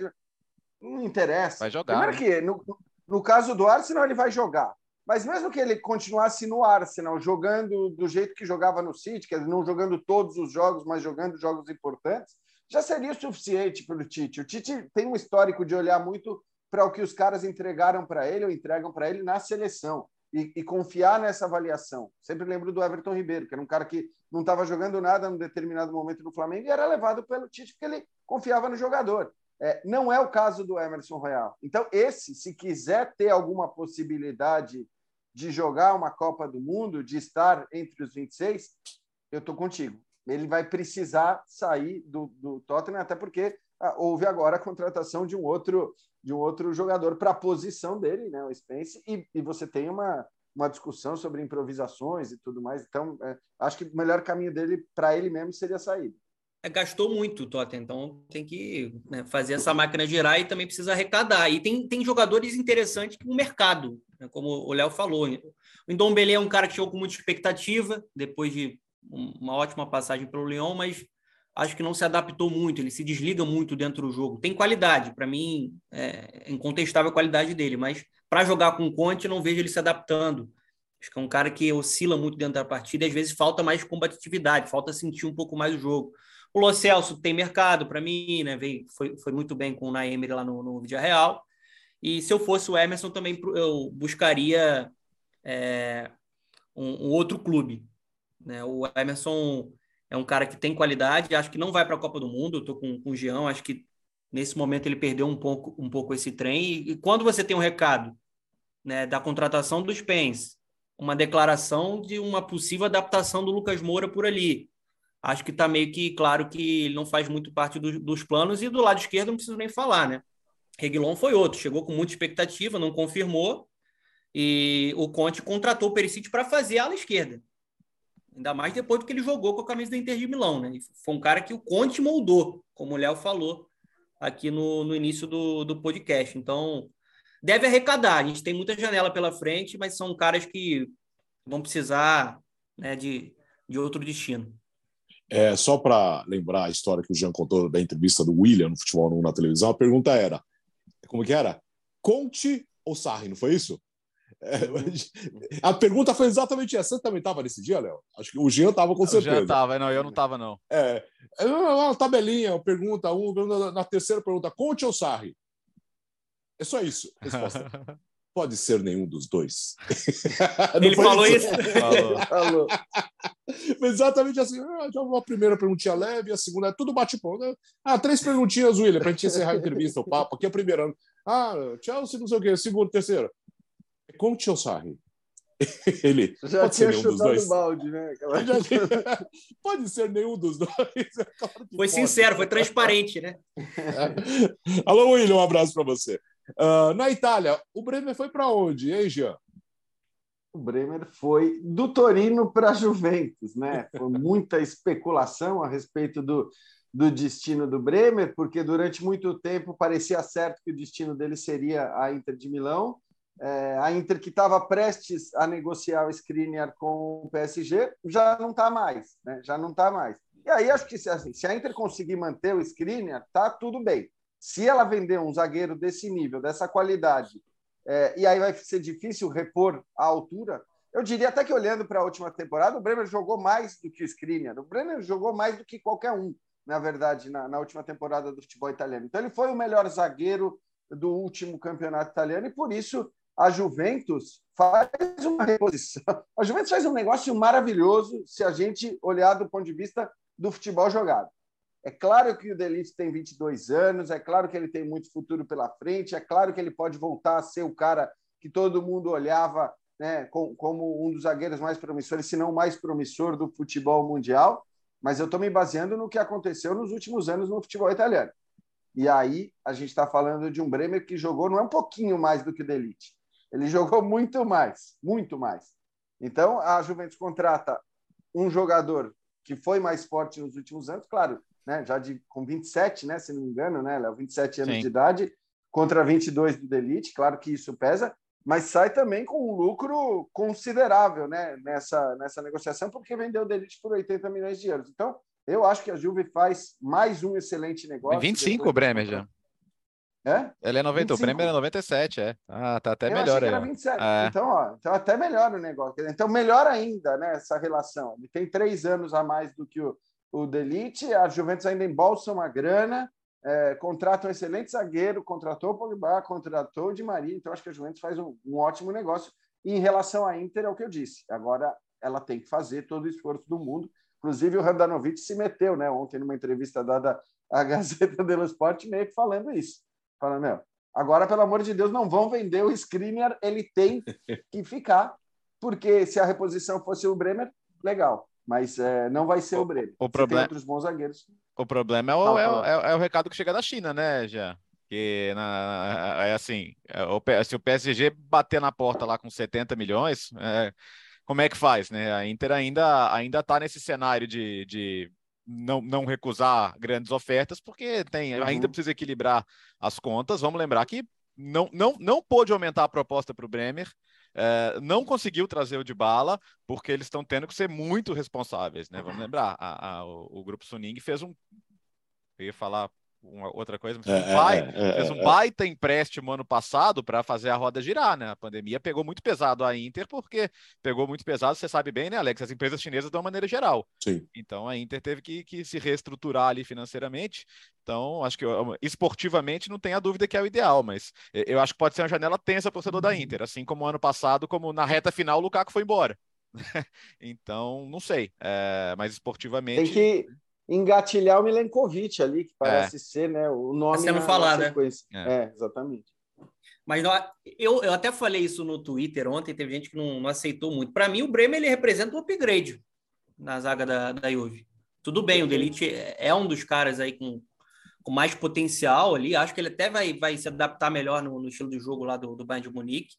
Não interessa. Vai jogar. Primeiro que, no, no caso do Arsenal, ele vai jogar. Mas mesmo que ele continuasse no Arsenal, jogando do jeito que jogava no City, quer dizer, não jogando todos os jogos, mas jogando jogos importantes, já seria o suficiente para o Tite. O Tite tem um histórico de olhar muito para o que os caras entregaram para ele ou entregam para ele na seleção e, e confiar nessa avaliação. Sempre lembro do Everton Ribeiro, que era um cara que não estava jogando nada num determinado momento no Flamengo e era levado pelo Tite porque ele confiava no jogador. É, não é o caso do Emerson Royal. Então, esse, se quiser ter alguma possibilidade de jogar uma Copa do Mundo, de estar entre os vinte e seis, eu estou contigo. Ele vai precisar sair do, do Tottenham, até porque ah, houve agora a contratação de um outro, de um outro jogador para a posição dele, né, o Spence, e, e você tem uma, uma discussão sobre improvisações e tudo mais. Então, é, acho que o melhor caminho dele, para ele mesmo, seria sair. É, gastou muito o Tottenham, então tem que, né, fazer essa máquina girar e também precisa arrecadar. E tem, tem jogadores interessantes no mercado, né, como o Léo falou. O Ndombele é um cara que chegou com muita expectativa, depois de uma ótima passagem pelo Lyon, mas acho que não se adaptou muito, ele se desliga muito dentro do jogo. Tem qualidade, para mim, é incontestável a qualidade dele, mas para jogar com o Conte, não vejo ele se adaptando. Acho que é um cara que oscila muito dentro da partida e às vezes falta mais combatividade, falta sentir um pouco mais o jogo. O Lo Celso tem mercado para mim, né? Veio, foi, foi muito bem com o Unai Emery lá no, no Villarreal. E se eu fosse o Emerson, também eu buscaria é, um, um outro clube, né? O Emerson é um cara que tem qualidade, acho que não vai para a Copa do Mundo. Eu estou com, com o Jean, acho que nesse momento ele perdeu um pouco, um pouco esse trem. E, e quando você tem um recado, né, da contratação do Spence, uma declaração de uma possível adaptação do Lucas Moura por ali, acho que está meio que claro que ele não faz muito parte do, dos planos, e do lado esquerdo não preciso nem falar, né? Reguilon foi outro, chegou com muita expectativa, não confirmou, e o Conte contratou o Perisic para fazer a ala esquerda. Ainda mais depois do que ele jogou com a camisa da Inter de Milão, né? E foi um cara que o Conte moldou, como o Léo falou aqui no, no início do, do podcast. Então, deve arrecadar. A gente tem muita janela pela frente, mas são caras que vão precisar, né, de, de outro destino. É, só para lembrar a história que o Jean contou da entrevista do William no Futebol na televisão, a pergunta era, como que era? Conte ou Sarri, não foi isso? É, a pergunta foi exatamente essa. Você também estava nesse dia, Léo? Acho que o Jean estava com certeza. O Jean estava, não, eu não estava, não. É, uma tabelinha, pergunta um, na terceira pergunta, Conte ou Sarri? É só isso. Resposta. Pode ser nenhum dos dois. Ele falou isso? Falou. Falou. Exatamente assim. Já uma primeira perguntinha leve, a segunda é tudo bate-ponto. Ah, três perguntinhas, William, para a gente encerrar a entrevista, o papo. Aqui é a primeira. Ah, Chelsea, não sei o quê. Segunda, terceira. Conte ou Sarri? Ele. Já pode tinha ser nenhum dos chutado dois. o balde, né? Aquela... Já tinha... Pode ser nenhum dos dois. É claro que foi pode. sincero, foi transparente, né? É. Alô, William, um abraço para você. Uh, na Itália, o Bremer foi para onde, hein, Jean? O Bremer foi do Torino para a Juventus, né? Foi muita especulação a respeito do, do destino do Bremer, porque durante muito tempo parecia certo que o destino dele seria a Inter de Milão. É, a Inter, que estava prestes a negociar o Skriniar com o P S G, já não está mais, né? Já não está mais. E aí acho que assim, se a Inter conseguir manter o Skriniar, tá tudo bem. Se ela vender um zagueiro desse nível, dessa qualidade, é, e aí vai ser difícil repor a altura, eu diria até que olhando para a última temporada, o Bremer jogou mais do que o Skriniar. O Bremer jogou mais do que qualquer um na verdade, na, na última temporada do futebol italiano. Então, ele foi o melhor zagueiro do último campeonato italiano e, por isso, a Juventus faz uma reposição. A Juventus faz um negócio maravilhoso se a gente olhar do ponto de vista do futebol jogado. É claro que o De Ligt tem vinte e dois anos, é claro que ele tem muito futuro pela frente, é claro que ele pode voltar a ser o cara que todo mundo olhava, né, como um dos zagueiros mais promissores, se não o mais promissor do futebol mundial, mas eu estou me baseando no que aconteceu nos últimos anos no futebol italiano. E aí a gente está falando de um Bremer que jogou não é um pouquinho mais do que o De Ligt, ele jogou muito mais, muito mais. Então a Juventus contrata um jogador que foi mais forte nos últimos anos, claro, né, já de, com vinte e sete, né, se não me engano, né, Léo, vinte e sete anos Sim. de idade, contra vinte e dois do De Ligt, claro que isso pesa, mas sai também com um lucro considerável, né, nessa, nessa negociação, porque vendeu o De Ligt por oitenta milhões de euros. Então, eu acho que a Juve faz mais um excelente negócio. vinte e cinco o Bremer já. É? Ele é noventa, o Bremer é noventa e sete, é. Ah, tá até eu melhor achei aí. Que era vinte e sete. É. Então, ó, então, até melhor o negócio. Então, melhor ainda, né, essa relação. Ele tem três anos a mais do que o, o De Ligt, a Juventus ainda embolsa uma grana, é, contrata um excelente zagueiro, contratou o Pogba, contratou o Di Maria, então acho que a Juventus faz um, um ótimo negócio. E em relação à Inter, é o que eu disse. Agora, ela tem que fazer todo o esforço do mundo. Inclusive, o Handanovic se meteu, né, ontem numa entrevista dada à Gazeta dello Sport, meio que falando isso. Falando, meu, agora, pelo amor de Deus, não vão vender o Skriniar, ele tem que ficar, porque se a reposição fosse o Bremer, legal, mas é, não vai ser o, o Bremer. O problema... tem outros bons zagueiros. O problema é o, é, o, é o recado que chega da China, né, já? Que na, é assim, é, o, se o P S G bater na porta lá com setenta milhões, é, como é que faz, né? A Inter ainda ainda está nesse cenário de, de não, não recusar grandes ofertas, porque tem, uhum. ainda precisa equilibrar as contas. Vamos lembrar que não, não, não pôde aumentar a proposta para o Bremer, é, não conseguiu trazer o Dybala, porque eles estão tendo que ser muito responsáveis, né? Vamos lembrar, a, a, o, o Grupo Suning fez um... Eu ia falar uma outra coisa, mas é, um pai, é, é, fez um baita empréstimo ano passado para fazer a roda girar, né? A pandemia pegou muito pesado a Inter, porque pegou muito pesado, você sabe bem, né, Alex? As empresas chinesas de uma maneira geral. Sim. Então a Inter teve que, que se reestruturar ali financeiramente. Então, acho que esportivamente não tem a dúvida que é o ideal, mas eu acho que pode ser uma janela tensa para o torcedor da Inter, assim como ano passado, como na reta final o Lukaku foi embora. Então, não sei, é, mas esportivamente... Tem que engatilhar o Milenkovic ali, que parece é. ser, né, o nome tá sendo falado, né? É. é, exatamente. Mas eu, eu até falei isso no Twitter ontem, teve gente que não, não aceitou muito. Para mim, o Bremer ele representa um upgrade na zaga da, da Juve. Tudo bem, o De Ligt é um dos caras aí com, com mais potencial ali. Acho que ele até vai, vai se adaptar melhor no, no estilo de jogo lá do, do Bayern de Munique.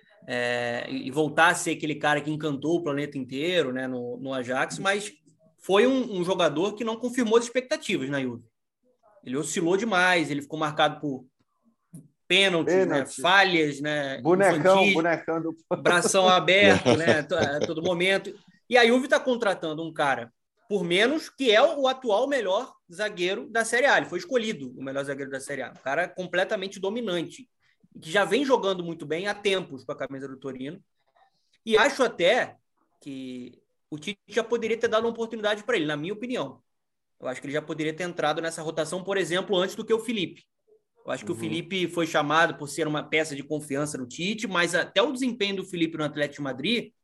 É, e voltar a ser aquele cara que encantou o planeta inteiro, né, no, no Ajax, mas foi um, um jogador que não confirmou as expectativas na Juve. Ele oscilou demais, ele ficou marcado por pênaltis, Pênalti. né, falhas, né, bonecão, infantis, bonecão do... bração aberto, né, a todo momento. E a Juve está contratando um cara por menos, que é o atual melhor zagueiro da Série A. Ele foi escolhido o melhor zagueiro da Série A. Um cara completamente dominante, que já vem jogando muito bem há tempos com a camisa do Torino. E acho até que o Tite já poderia ter dado uma oportunidade para ele, na minha opinião. Eu acho que ele já poderia ter entrado nessa rotação, por exemplo, antes do que o Felipe. Eu acho que uhum. o Felipe foi chamado por ser uma peça de confiança no Tite, mas até o desempenho do Felipe no Atlético de Madrid,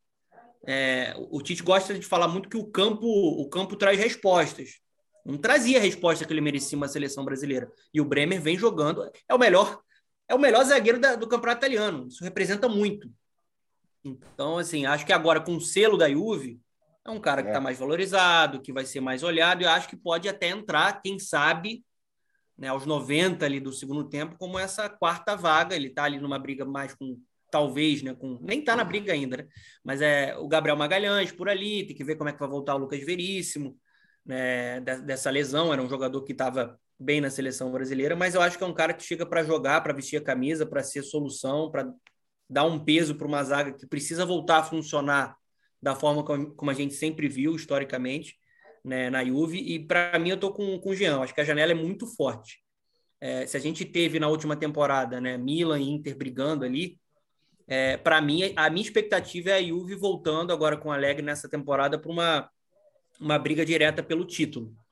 é, o Tite gosta de falar muito que o campo, o campo traz respostas. Não trazia a resposta que ele merecia uma seleção brasileira. E o Bremer vem jogando, é o melhor, é o melhor zagueiro da, do campeonato italiano. Isso representa muito. Então, assim, acho que agora com o selo da Juve, é um cara que está é. mais valorizado, que vai ser mais olhado, e acho que pode até entrar, quem sabe, né, aos noventa ali do segundo tempo, como essa quarta vaga. Ele está ali numa briga mais com, talvez, né, com, nem está na briga ainda, né, mas é o Gabriel Magalhães por ali, tem que ver como é que vai voltar o Lucas Veríssimo, né, dessa lesão. Era um jogador que estava bem na seleção brasileira, mas eu acho que é um cara que chega para jogar, para vestir a camisa, para ser solução, para dar um peso para uma zaga que precisa voltar a funcionar da forma como a gente sempre viu, historicamente, né, na Juve. E, para mim, eu estou com, com o Jean. Acho que a janela é muito forte. É, se a gente teve, na última temporada, né, Milan e Inter brigando ali, é, para mim, a minha expectativa é a Juve voltando agora com o Allegri nessa temporada para uma, uma briga direta pelo título.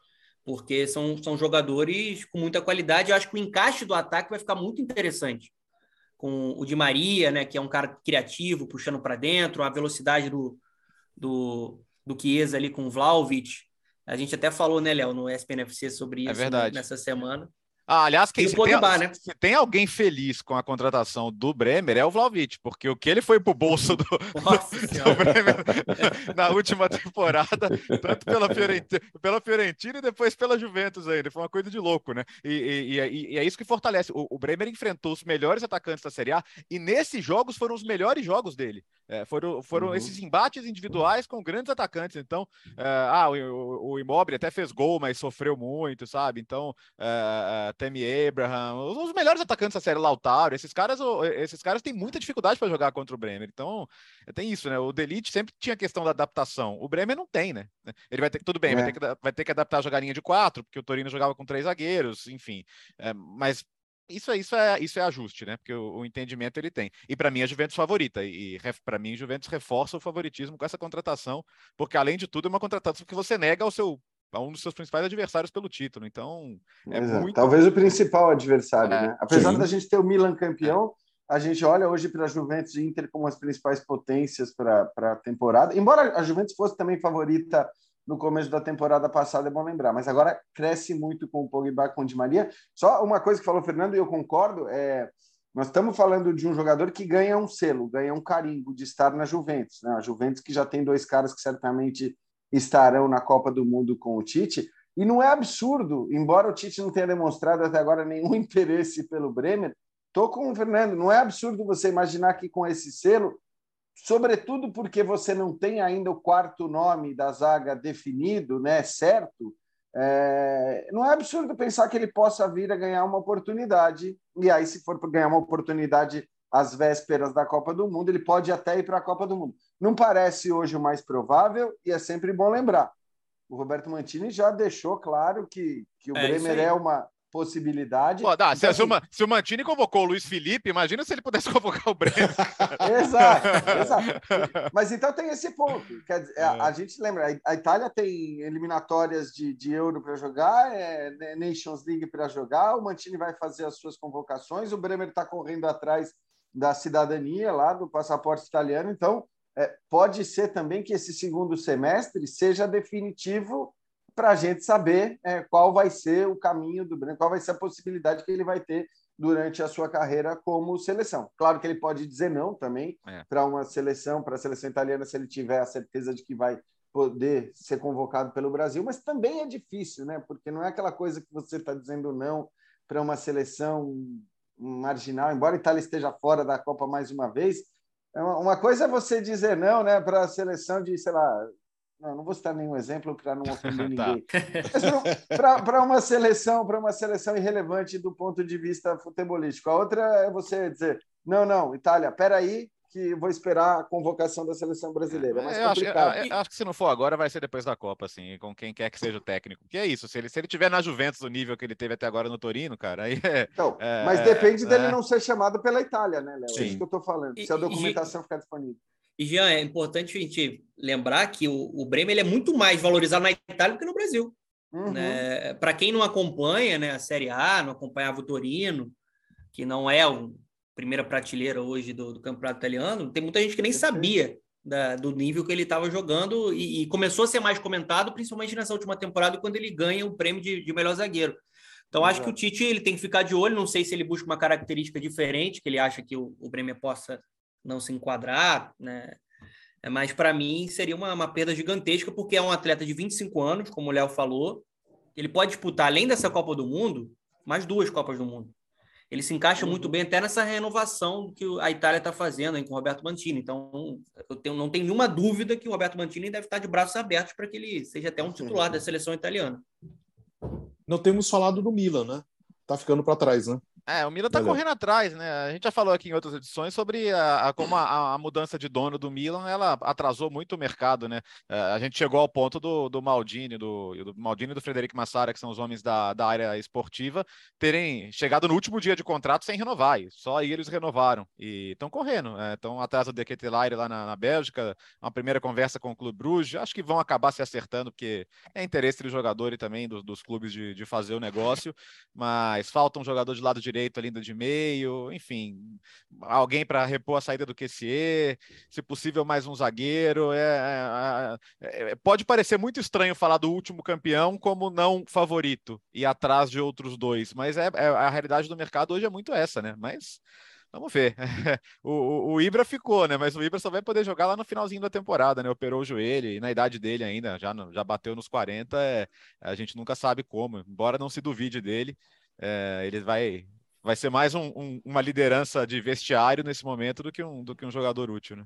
porque são, são jogadores com muita qualidade. Eu acho que o encaixe do ataque vai ficar muito interessante. Com o Di Maria, né, que é um cara criativo, puxando para dentro, a velocidade do, do, do Chiesa ali com o Vlahovic. A gente até falou, né, Léo, no E S P N F C sobre isso, é verdade. né, nessa semana. Ah, aliás, quem, E o se, Pogba, tem, né? se tem alguém feliz com a contratação do Bremer é o Vlahovic, porque o que ele foi pro bolso do, Nossa do, Senhora. do Bremer na última temporada, tanto pela Fiorentina, pela Fiorentina e depois pela Juventus ainda, foi uma coisa de louco, né? E, e, e, e é isso que fortalece. O, o Bremer enfrentou os melhores atacantes da Série A e nesses jogos foram os melhores jogos dele. É, foram foram uhum. esses embates individuais com grandes atacantes. Então, é, ah, o, o, o Immobile até fez gol, mas sofreu muito, sabe? Então, é, Tammy Abraham, os, os melhores atacantes da série, Lautaro, esses caras, esses caras têm muita dificuldade para jogar contra o Bremer. Então, tem isso, né? O De Ligt sempre tinha questão da adaptação. O Bremer não tem, né? Ele vai ter que, tudo bem, é. vai, ter que, vai ter que adaptar a jogarinha de quatro, porque o Torino jogava com três zagueiros, enfim. É, mas Isso é, isso, é, isso é ajuste, né? Porque o, o entendimento ele tem. E para mim a Juventus favorita. E, e para mim a Juventus reforça o favoritismo com essa contratação, porque além de tudo é uma contratação que você nega ao seu, a um dos seus principais adversários pelo título. Então, é Exato. muito... Talvez o principal adversário, é, né? Apesar sim. da gente ter o Milan campeão, é. a gente olha hoje para a Juventus e Inter como as principais potências para a temporada. Embora a Juventus fosse também favorita no começo da temporada passada, é bom lembrar, mas agora cresce muito com o Pogba, com o Di Maria. Só uma coisa que falou o Fernando, e eu concordo, é, nós estamos falando de um jogador que ganha um selo, ganha um carimbo de estar na Juventus, né? A Juventus que já tem dois caras que certamente estarão na Copa do Mundo com o Tite, e não é absurdo, embora o Tite não tenha demonstrado até agora nenhum interesse pelo Bremer, estou com o Fernando, não é absurdo você imaginar que com esse selo, sobretudo porque você não tem ainda o quarto nome da zaga definido, né, certo, é... não é absurdo pensar que ele possa vir a ganhar uma oportunidade, e aí se for para ganhar uma oportunidade às vésperas da Copa do Mundo, ele pode até ir para a Copa do Mundo. Não parece hoje o mais provável, e é sempre bom lembrar, o Roberto Mantini já deixou claro que, que o é, Bremer é uma possibilidade. Pô, dá, então, se, assim, o, se o Mantini convocou o Luiz Felipe, imagina se ele pudesse convocar o Bremer. Exato, exato. Mas então tem esse ponto. Quer dizer, a, a gente lembra, a Itália tem eliminatórias de, de Euro para jogar, é, Nations League para jogar, o Mantini vai fazer as suas convocações, o Bremer está correndo atrás da cidadania lá, do passaporte italiano, então é, pode ser também que esse segundo semestre seja definitivo para a gente saber é, qual vai ser o caminho do Bremer, qual vai ser a possibilidade que ele vai ter durante a sua carreira como seleção. Claro que ele pode dizer não também é. para uma seleção, para a seleção italiana, se ele tiver a certeza de que vai poder ser convocado pelo Brasil, mas também é difícil, né? Porque não é aquela coisa que você está dizendo não para uma seleção marginal, embora a Itália esteja fora da Copa mais uma vez. Uma coisa é você dizer não, né, para a seleção de, sei lá, não, não vou citar nenhum exemplo para não ofender ninguém. Tá. Para uma seleção, para uma seleção irrelevante do ponto de vista futebolístico. A outra é você dizer, não, não, Itália, peraí, que eu vou esperar a convocação da seleção brasileira. É mais eu complicado. Acho, eu, eu acho que se não for agora, vai ser depois da Copa, assim, com quem quer que seja o técnico. Que é isso, se ele, se ele tiver na Juventus o nível que ele teve até agora no Torino, cara, aí é... Então, é mas depende é, dele é... não ser chamado pela Itália, né, Léo? É isso que eu estou falando. E, se a documentação e, ficar disponível. E, Jean, é importante a gente lembrar que o, o Bremer ele é muito mais valorizado na Itália do que no Brasil. Uhum. Né? Para quem não acompanha, né, a Série A, não acompanhava o Torino, que não é a primeira prateleira hoje do, do campeonato italiano, tem muita gente que nem sabia da, do nível que ele estava jogando e, e começou a ser mais comentado, principalmente nessa última temporada, quando ele ganha o prêmio de, de melhor zagueiro. Então, Exato. Acho que o Tite ele tem que ficar de olho, não sei se ele busca uma característica diferente, que ele acha que o, o Bremer possa não se enquadrar, né? Mas para mim seria uma, uma perda gigantesca, porque é um atleta de vinte e cinco anos, como o Léo falou, ele pode disputar, além dessa Copa do Mundo, mais duas Copas do Mundo. Ele se encaixa muito bem até nessa renovação que a Itália está fazendo aí com o Roberto Mantini. Então, eu tenho, não tenho nenhuma dúvida que o Roberto Mantini deve estar de braços abertos para que ele seja até um titular da seleção italiana. Não temos falado do Milan, né? Tá ficando para trás, né? É, o Milan tá Beleza. correndo atrás, né? A gente já falou aqui em outras edições sobre a, a- como a, a mudança de dono do Milan, ela atrasou muito o mercado, né? É, a gente chegou ao ponto do, do Maldini, do, do Maldini e do Frederico Massara, que são os homens da, da área esportiva, terem chegado no último dia de contrato sem renovar. E só aí eles renovaram. E estão correndo. Estão atrás do De Ketelaere lá na, na Bélgica, uma primeira conversa com o Clube Bruges. Acho que vão acabar se acertando, porque é interesse do jogador e também dos, dos clubes de, de fazer o negócio. Mas falta um jogador de lado direito ali de meio, enfim, alguém para repor a saída do Q C E, se possível mais um zagueiro. É, é, é, pode parecer muito estranho falar do último campeão como não favorito e atrás de outros dois, mas é, é a realidade do mercado hoje é muito essa, né? Mas vamos ver. O, o, o Ibra ficou, né? Mas o Ibra só vai poder jogar lá no finalzinho da temporada, né? Operou o joelho e na idade dele ainda, já, já bateu nos quarenta, é, a gente nunca sabe como, embora não se duvide dele, é, ele vai, vai ser mais um, um, uma liderança de vestiário nesse momento do que um, do que um jogador útil, né?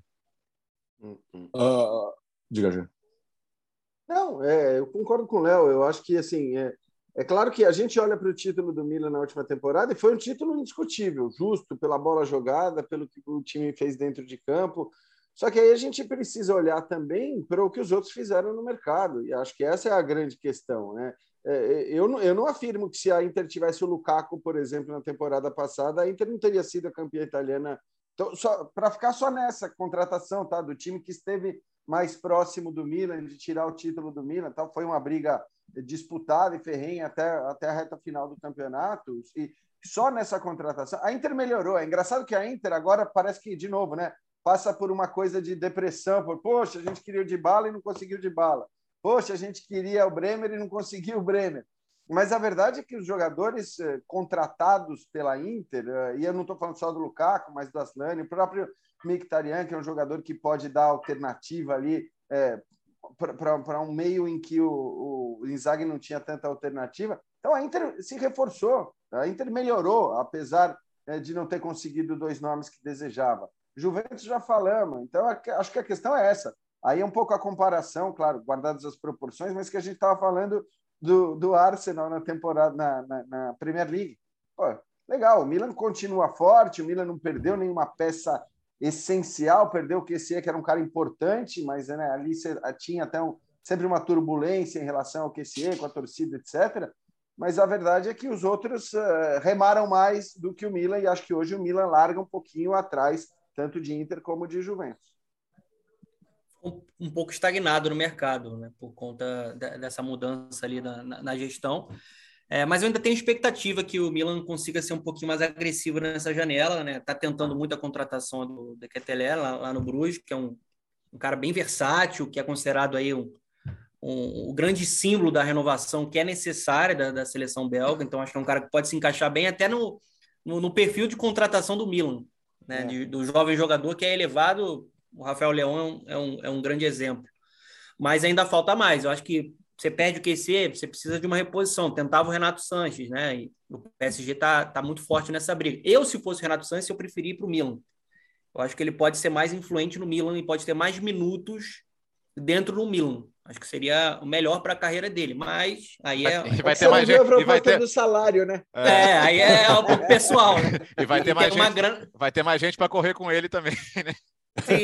Uh, diga, Gê. Não, é, eu concordo com o Léo. Eu acho que assim é, é claro que a gente olha para o título do Milan na última temporada e foi um título indiscutível, justo pela bola jogada, pelo que o time fez dentro de campo. Só que aí a gente precisa olhar também para o que os outros fizeram no mercado. E acho que essa é a grande questão, né? É, eu, não, eu não afirmo que se a Inter tivesse o Lukaku, por exemplo, na temporada passada, a Inter não teria sido a campeã italiana. Então, só para ficar só nessa contratação, tá, do time que esteve mais próximo do Milan, de tirar o título do Milan, tal, foi uma briga disputada e ferrenha até, até a reta final do campeonato. E só nessa contratação, a Inter melhorou. É engraçado que a Inter agora parece que, de novo, né, passa por uma coisa de depressão, por, poxa, a gente queria o Dybala e não conseguiu o Dybala. Poxa, a gente queria o Bremer e não conseguiu o Bremer. Mas a verdade é que os jogadores eh, contratados pela Inter, eh, e eu não estou falando só do Lukaku, mas do Aslani, o próprio Mkhitaryan, que é um jogador que pode dar alternativa ali eh, para um meio em que o, o Inzaghi não tinha tanta alternativa. Então a Inter se reforçou, a Inter melhorou, apesar eh, de não ter conseguido dois nomes que desejava. Juventus já falamos, então acho que a questão é essa. Aí é um pouco a comparação, claro, guardadas as proporções, mas que a gente estava falando do, do Arsenal na temporada, na, na, na Premier League. Pô, legal, o Milan continua forte, o Milan não perdeu nenhuma peça essencial, perdeu o Q C E, que era um cara importante, mas né, ali tinha até um, sempre uma turbulência em relação ao Q C E, com a torcida, etcétera. Mas a verdade é que os outros uh, remaram mais do que o Milan, e acho que hoje o Milan larga um pouquinho atrás, tanto de Inter como de Juventus. Um, um pouco estagnado no mercado, né, por conta de, dessa mudança ali na, na, na gestão. É, mas eu ainda tenho expectativa que o Milan consiga ser um pouquinho mais agressivo nessa janela, né? Tá tentando muito a contratação do De Ketelaere lá, lá no Bruges, que é um, um cara bem versátil, que é considerado aí um, um, um grande símbolo da renovação que é necessária da, da seleção belga. Então acho que é um cara que pode se encaixar bem até no, no, no perfil de contratação do Milan, né? É. De, do jovem jogador que é elevado. O Rafael Leão é um, é, um, é um grande exemplo. Mas ainda falta mais. Eu acho que você perde o Q C, você precisa de uma reposição. Tentava o Renato Sanches, né? E o P S G tá, tá muito forte nessa briga. Eu, se fosse o Renato Sanches, eu preferia ir para o Milan. Eu acho que ele pode ser mais influente no Milan e pode ter mais minutos dentro do Milan. Acho que seria o melhor para a carreira dele. Mas aí é... E vai ter mais gente... E vai ter... do salário, né? É, é aí é um pouco pessoal, né? E vai ter, e mais, gente... Gran... vai ter mais gente para correr com ele também, né? Sim,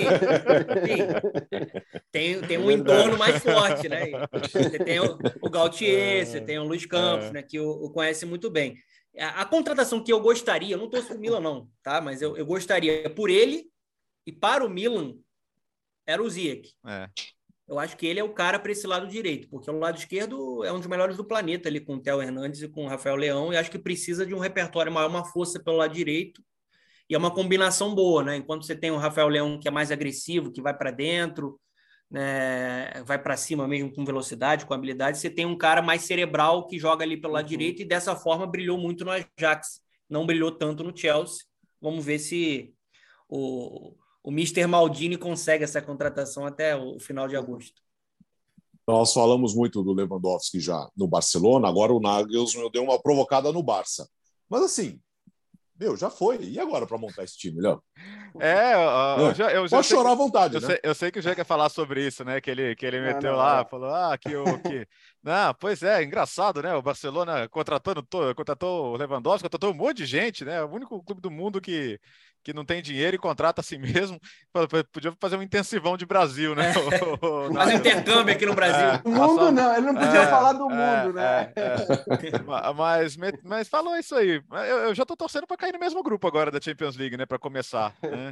sim. Tem, tem um entorno mais forte, né? Você tem o, o Gautier, você tem o Luiz Campos, né? Que o, o conhece muito bem. A, a contratação que eu gostaria, eu não torço pro Milan, não, tá? Mas eu, eu gostaria por ele e para o Milan era o Ziyech. É. Eu acho que ele é o cara para esse lado direito, porque o lado esquerdo é um dos melhores do planeta ali com o Theo Hernandes e com o Rafael Leão, e acho que precisa de um repertório maior, uma força pelo lado direito. E é uma combinação boa, né? Enquanto você tem o Rafael Leão, que é mais agressivo, que vai para dentro, né? Vai para cima mesmo com velocidade, com habilidade, você tem um cara mais cerebral que joga ali pelo lado uhum. direito e dessa forma brilhou muito no Ajax. Não brilhou tanto no Chelsea. Vamos ver se o, o mister Maldini consegue essa contratação até o final de agosto. Nós falamos muito do Lewandowski já no Barcelona, agora o Nagelsmann deu uma provocada no Barça. Mas assim, Meu, já foi. E agora para montar esse time, Léo? É, eu, eu já, eu já pode chorar que, à vontade, eu né? Sei, eu sei que o Jean quer falar sobre isso, né? Que ele, que ele Não, meteu não, lá, é. falou, ah, que o que. Não, pois é, engraçado, né? O Barcelona contratando, to- contratou o Lewandowski, contratou um monte de gente, né? O único clube do mundo que, que não tem dinheiro e contrata assim mesmo. Podia fazer um intensivão de Brasil, né? É. O, o Faz um Nagelsmann. intercâmbio aqui no Brasil. É, O passar mundo um- não, ele não podia é, falar do é, mundo, né? é, é. Ma- Mas, me- mas falou isso aí. Eu, eu já tô torcendo para cair no mesmo grupo agora da Champions League, né? Para começar, né?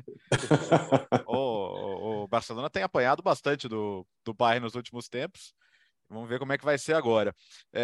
O, o, o Barcelona tem apanhado bastante do, do Bayern nos últimos tempos. Vamos ver como é que vai ser agora.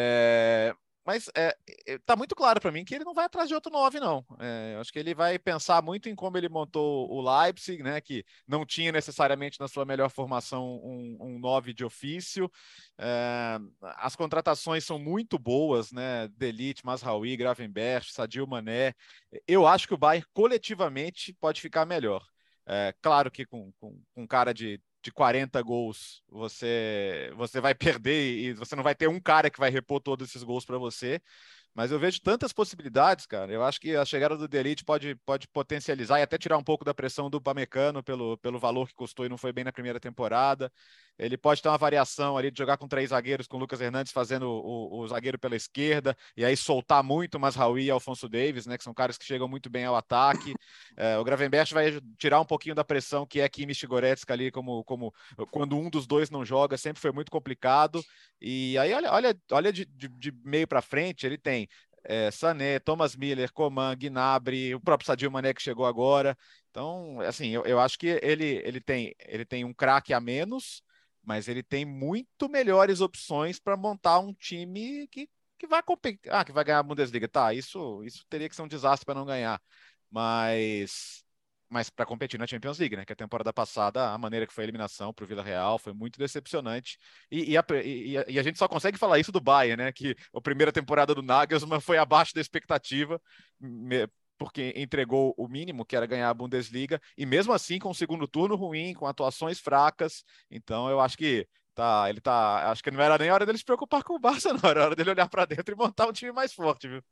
É, mas é, é, tá muito claro para mim que ele não vai atrás de outro nove, não. É, acho que ele vai pensar muito em como ele montou o Leipzig, né? Que não tinha necessariamente na sua melhor formação um, um nove de ofício. É, as contratações são muito boas, né? De Ligt, Mazraoui, Gravenberch, Sadio Mané. Eu acho que o Bayern coletivamente pode ficar melhor. É, claro que com, com, com cara de, de quarenta gols você, você vai perder e você não vai ter um cara que vai repor todos esses gols para você. Mas eu vejo tantas possibilidades, cara. Eu acho que a chegada do De Ligt pode, pode potencializar e até tirar um pouco da pressão do Upamecano pelo, pelo valor que custou e não foi bem na primeira temporada. Ele pode ter uma variação ali de jogar com três zagueiros, com o Lucas Hernandes fazendo o, o, o zagueiro pela esquerda, e aí soltar muito o Mazraoui e Alphonso Davies, né, que são caras que chegam muito bem ao ataque. É, o Gravenberch vai tirar um pouquinho da pressão que é Kimmich e Goretzka ali, como, como quando um dos dois não joga, sempre foi muito complicado. E aí, olha, olha, olha de, de, de meio para frente, ele tem é, Sané, Thomas Miller, Coman, Gnabry, o próprio Sadio Mané que chegou agora. Então, assim, eu, eu acho que ele, ele, tem, ele tem um craque a menos, mas ele tem muito melhores opções para montar um time que, que vai competir. Ah, que vai ganhar a Bundesliga. Tá, isso, isso teria que ser um desastre para não ganhar. Mas mas para competir na Champions League, né? Que a temporada passada, a maneira que foi a eliminação para o Villarreal foi muito decepcionante. E, e, a, e, e, a, gente só consegue falar isso do Bayern, né? Que a primeira temporada do Nagelsmann foi abaixo da expectativa, porque entregou o mínimo, que era ganhar a Bundesliga, e mesmo assim com o segundo turno ruim, com atuações fracas. Então eu acho que tá, ele tá, acho que não era nem hora dele se preocupar com o Barça, não, era hora dele olhar para dentro e montar um time mais forte, viu?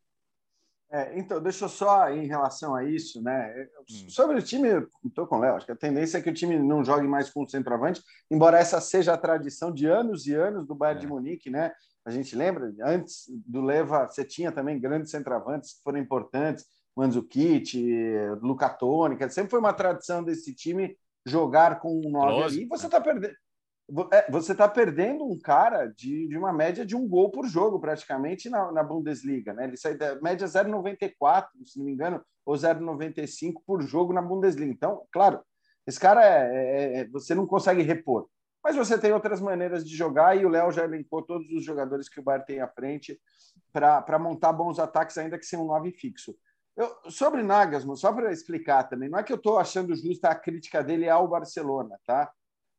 É, então, deixa eu só, em relação a isso, né? Hum. Sobre o time, estou com o Léo, acho que a tendência é que o time não jogue mais com o centroavante, embora essa seja a tradição de anos e anos do Bayern É. de Munique, né? A gente lembra, antes do Leva, você tinha também grandes centroavantes que foram importantes, Mandzukic, Luca Toni, sempre foi uma tradição desse time jogar com um nove ali, e você está perdendo. Você está perdendo um cara de, de uma média de um gol por jogo, praticamente, na, na Bundesliga. Né? Ele sai da média zero vírgula noventa e quatro, se não me engano, ou zero vírgula noventa e cinco por jogo na Bundesliga. Então, claro, esse cara é, é, você não consegue repor. Mas você tem outras maneiras de jogar, e o Léo já elencou todos os jogadores que o Bayern tem à frente para montar bons ataques, ainda que sem um nove fixo. Eu, sobre Nagelsmann, só para explicar também, não é que eu estou achando justa a crítica dele ao Barcelona, tá?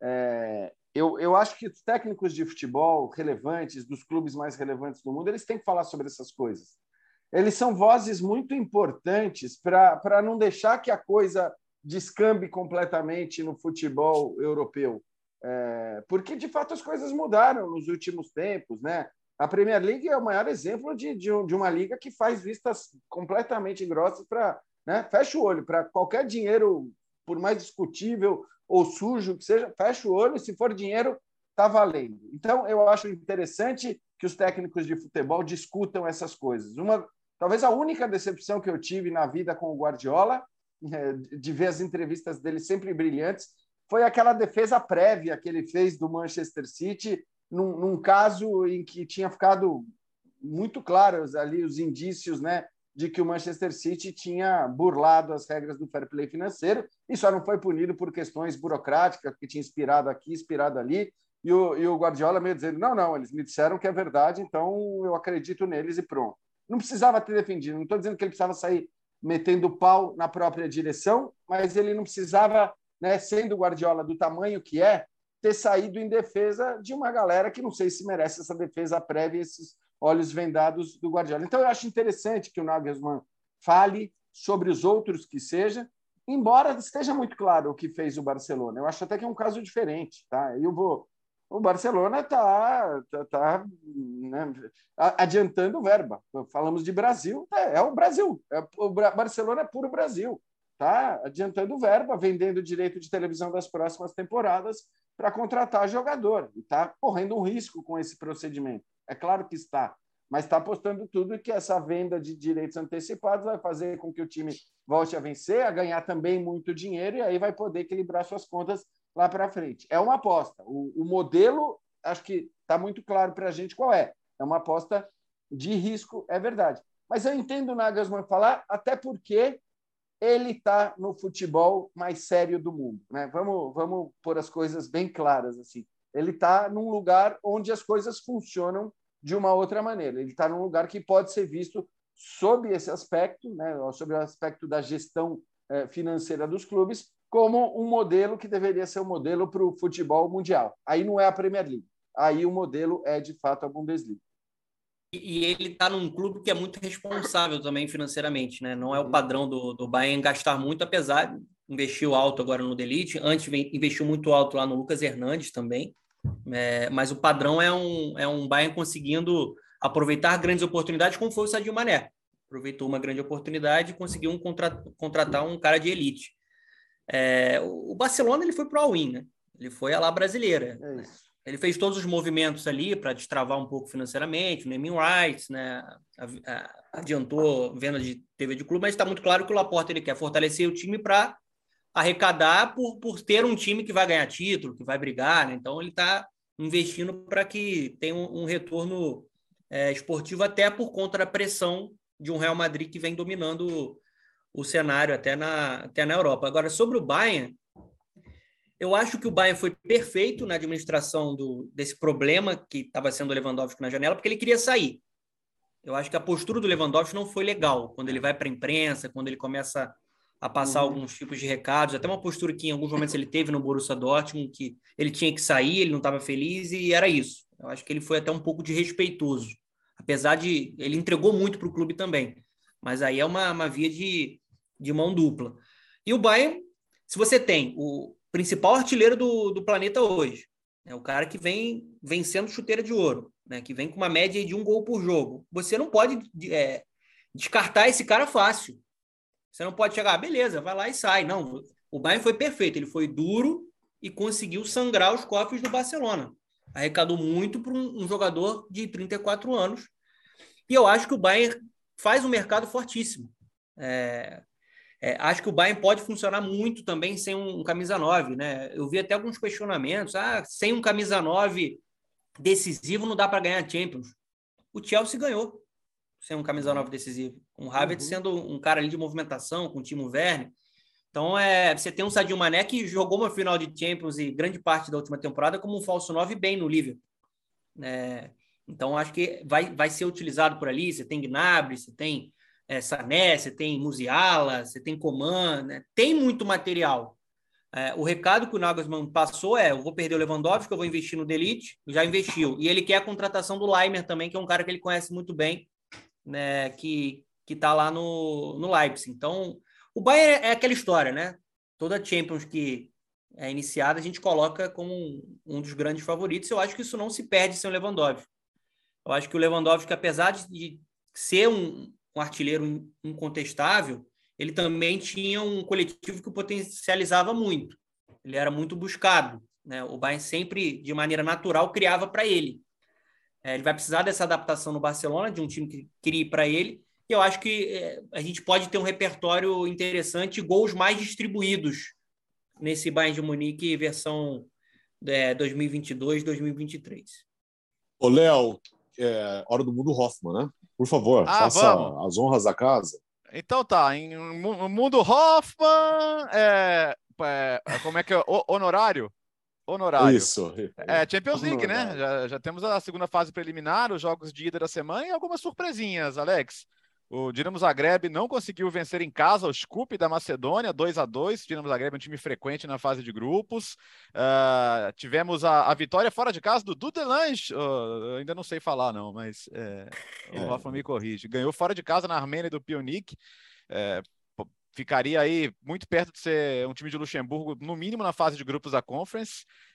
É, Eu, eu acho que os técnicos de futebol relevantes, dos clubes mais relevantes do mundo, eles têm que falar sobre essas coisas. Eles são vozes muito importantes para não deixar que a coisa descambe completamente no futebol europeu. É, porque, de fato, as coisas mudaram nos últimos tempos, né? A Premier League é o maior exemplo de, de, de uma liga que faz vistas completamente grossas para... Né? Fecha o olho para qualquer dinheiro, por mais discutível ou sujo que seja, fecha o olho, se for dinheiro, está valendo. Então, eu acho interessante que os técnicos de futebol discutam essas coisas. Uma, talvez a única decepção que eu tive na vida com o Guardiola, de ver as entrevistas dele sempre brilhantes, foi aquela defesa prévia que ele fez do Manchester City, num, num caso em que tinha ficado muito claros ali os indícios, né, de que o Manchester City tinha burlado as regras do fair play financeiro e só não foi punido por questões burocráticas, que tinha inspirado aqui, inspirado ali, e o, e o Guardiola meio dizendo, não, não, eles me disseram que é verdade, então eu acredito neles e pronto. Não precisava ter defendido, não estou dizendo que ele precisava sair metendo pau na própria direção, mas ele não precisava, né, sendo o Guardiola do tamanho que é, ter saído em defesa de uma galera que não sei se merece essa defesa prévia, esses olhos vendados do Guardiola. Então, eu acho interessante que o Nagelsmann fale sobre os outros que seja, embora esteja muito claro o que fez o Barcelona. Eu acho até que é um caso diferente. Tá? Eu vou, o Barcelona está tá, tá, né, adiantando verba. Falamos de Brasil, é, é o Brasil. É, o Barcelona é puro Brasil. Está adiantando verba, vendendo direito de televisão das próximas temporadas para contratar jogador. E está correndo um risco com esse procedimento. É claro que está, mas está apostando tudo que essa venda de direitos antecipados vai fazer com que o time volte a vencer, a ganhar também muito dinheiro, e aí vai poder equilibrar suas contas lá para frente. É uma aposta. O, o modelo, acho que está muito claro para a gente qual é. É uma aposta de risco, é verdade. Mas eu entendo o Nagelsmann falar, até porque ele está no futebol mais sério do mundo, né? Vamos, vamos pôr as coisas bem claras assim. Ele está num lugar onde as coisas funcionam de uma outra maneira. Ele está num lugar que pode ser visto sob esse aspecto, né? Sobre o aspecto da gestão eh, financeira dos clubes, como um modelo que deveria ser um modelo para o futebol mundial. Aí não é a Premier League. Aí o modelo é, de fato, a Bundesliga. E ele está num clube que é muito responsável também financeiramente, né? Não é o padrão do, do Bayern gastar muito, apesar de investir alto agora no De Ligt. Antes investiu muito alto lá no Lucas Hernandes também. É, mas o padrão é um, é um Bayern conseguindo aproveitar grandes oportunidades, como foi o Sadio Mané. Aproveitou uma grande oportunidade e conseguiu um contra, contratar um cara de elite. É, o Barcelona ele foi pro all-in, né? Ele foi a lá brasileira. É né? Ele fez todos os movimentos ali para destravar um pouco financeiramente, o naming rights, né? Adiantou venda de T V de clube, mas está muito claro que o Laporta ele quer fortalecer o time para arrecadar por, por ter um time que vai ganhar título, que vai brigar, né? Então ele está investindo para que tenha um, um retorno é, esportivo, até por conta da pressão de um Real Madrid que vem dominando o, o cenário até na, até na Europa. Agora, sobre o Bayern, eu acho que o Bayern foi perfeito na administração do, desse problema que estava sendo o Lewandowski na janela, porque ele queria sair. Eu acho que a postura do Lewandowski não foi legal, quando ele vai para a imprensa, quando ele começa a passar uhum. alguns tipos de recados, até uma postura que em alguns momentos ele teve no Borussia Dortmund, que ele tinha que sair, ele não estava feliz, e era isso. Eu acho que ele foi até um pouco desrespeitoso, apesar de... Ele entregou muito para o clube também, mas aí é uma, uma via de, de mão dupla. E o Bayern, se você tem o principal artilheiro do, do planeta hoje, é o cara que vem vencendo chuteira de ouro, né, que vem com uma média de um gol por jogo, você não pode é, descartar esse cara fácil. Você não pode chegar, ah, beleza, vai lá e sai. Não, o Bayern foi perfeito, ele foi duro e conseguiu sangrar os cofres do Barcelona. Arrecadou muito para um, um jogador de trinta e quatro anos. E eu acho que o Bayern faz um mercado fortíssimo. É, é, acho que o Bayern pode funcionar muito também sem um, um camisa nove, né? Eu vi até alguns questionamentos. Ah, sem um camisa nove decisivo não dá para ganhar Champions. O Chelsea ganhou sem um camisa nove decisivo. Um Havertz uhum. sendo um cara ali de movimentação, com o Timo Werner. Então, é, você tem um Sadio Mané que jogou uma final de Champions e grande parte da última temporada como um falso nove bem no Liverpool. É, então, acho que vai, vai ser utilizado por ali. Você tem Gnabry, você tem é, Sané, você tem Musiala, você tem Coman. Né? Tem muito material. É, o recado que o Nagelsmann passou é: eu vou perder o Lewandowski, eu vou investir no De Ligt. Já investiu. E ele quer a contratação do Leimer também, que é um cara que ele conhece muito bem, né, que que está lá no, no Leipzig. Então, o Bayern é aquela história, né? Toda Champions que é iniciada, a gente coloca como um, um dos grandes favoritos. Eu acho que isso não se perde sem o Lewandowski. Eu acho que o Lewandowski, apesar de ser um, um artilheiro incontestável, ele também tinha um coletivo que o potencializava muito. Ele era muito buscado, né? O Bayern sempre, de maneira natural, criava para ele. É, ele vai precisar dessa adaptação no Barcelona, de um time que queria ir para ele. E eu acho que é, a gente pode ter um repertório interessante, gols mais distribuídos nesse Bayern de Munique versão é, dois mil e vinte e dois, dois mil e vinte e três. Ô, Léo, é hora do Mundo Hoffman, né? Por favor, ah, faça vamos. as honras da casa. Então tá, em Mundo Hoffman, é, é, como é que é? O, honorário? Honorário. Isso. É, Champions League, né? Já, já temos a segunda fase preliminar, os jogos de ida da semana e algumas surpresinhas, Alex. O Dinamo Zagreb não conseguiu vencer em casa o Skup da Macedônia, dois a dois. O Dinamo Zagreb é um time frequente na fase de grupos. Uh, tivemos a, a vitória fora de casa do Dudelange. Uh, ainda não sei falar, não, mas é, o é. Rafa me corrige. Ganhou fora de casa na Armênia do Pionik. É, ficaria aí muito perto de ser um time de Luxemburgo, no mínimo na fase de grupos da Conference.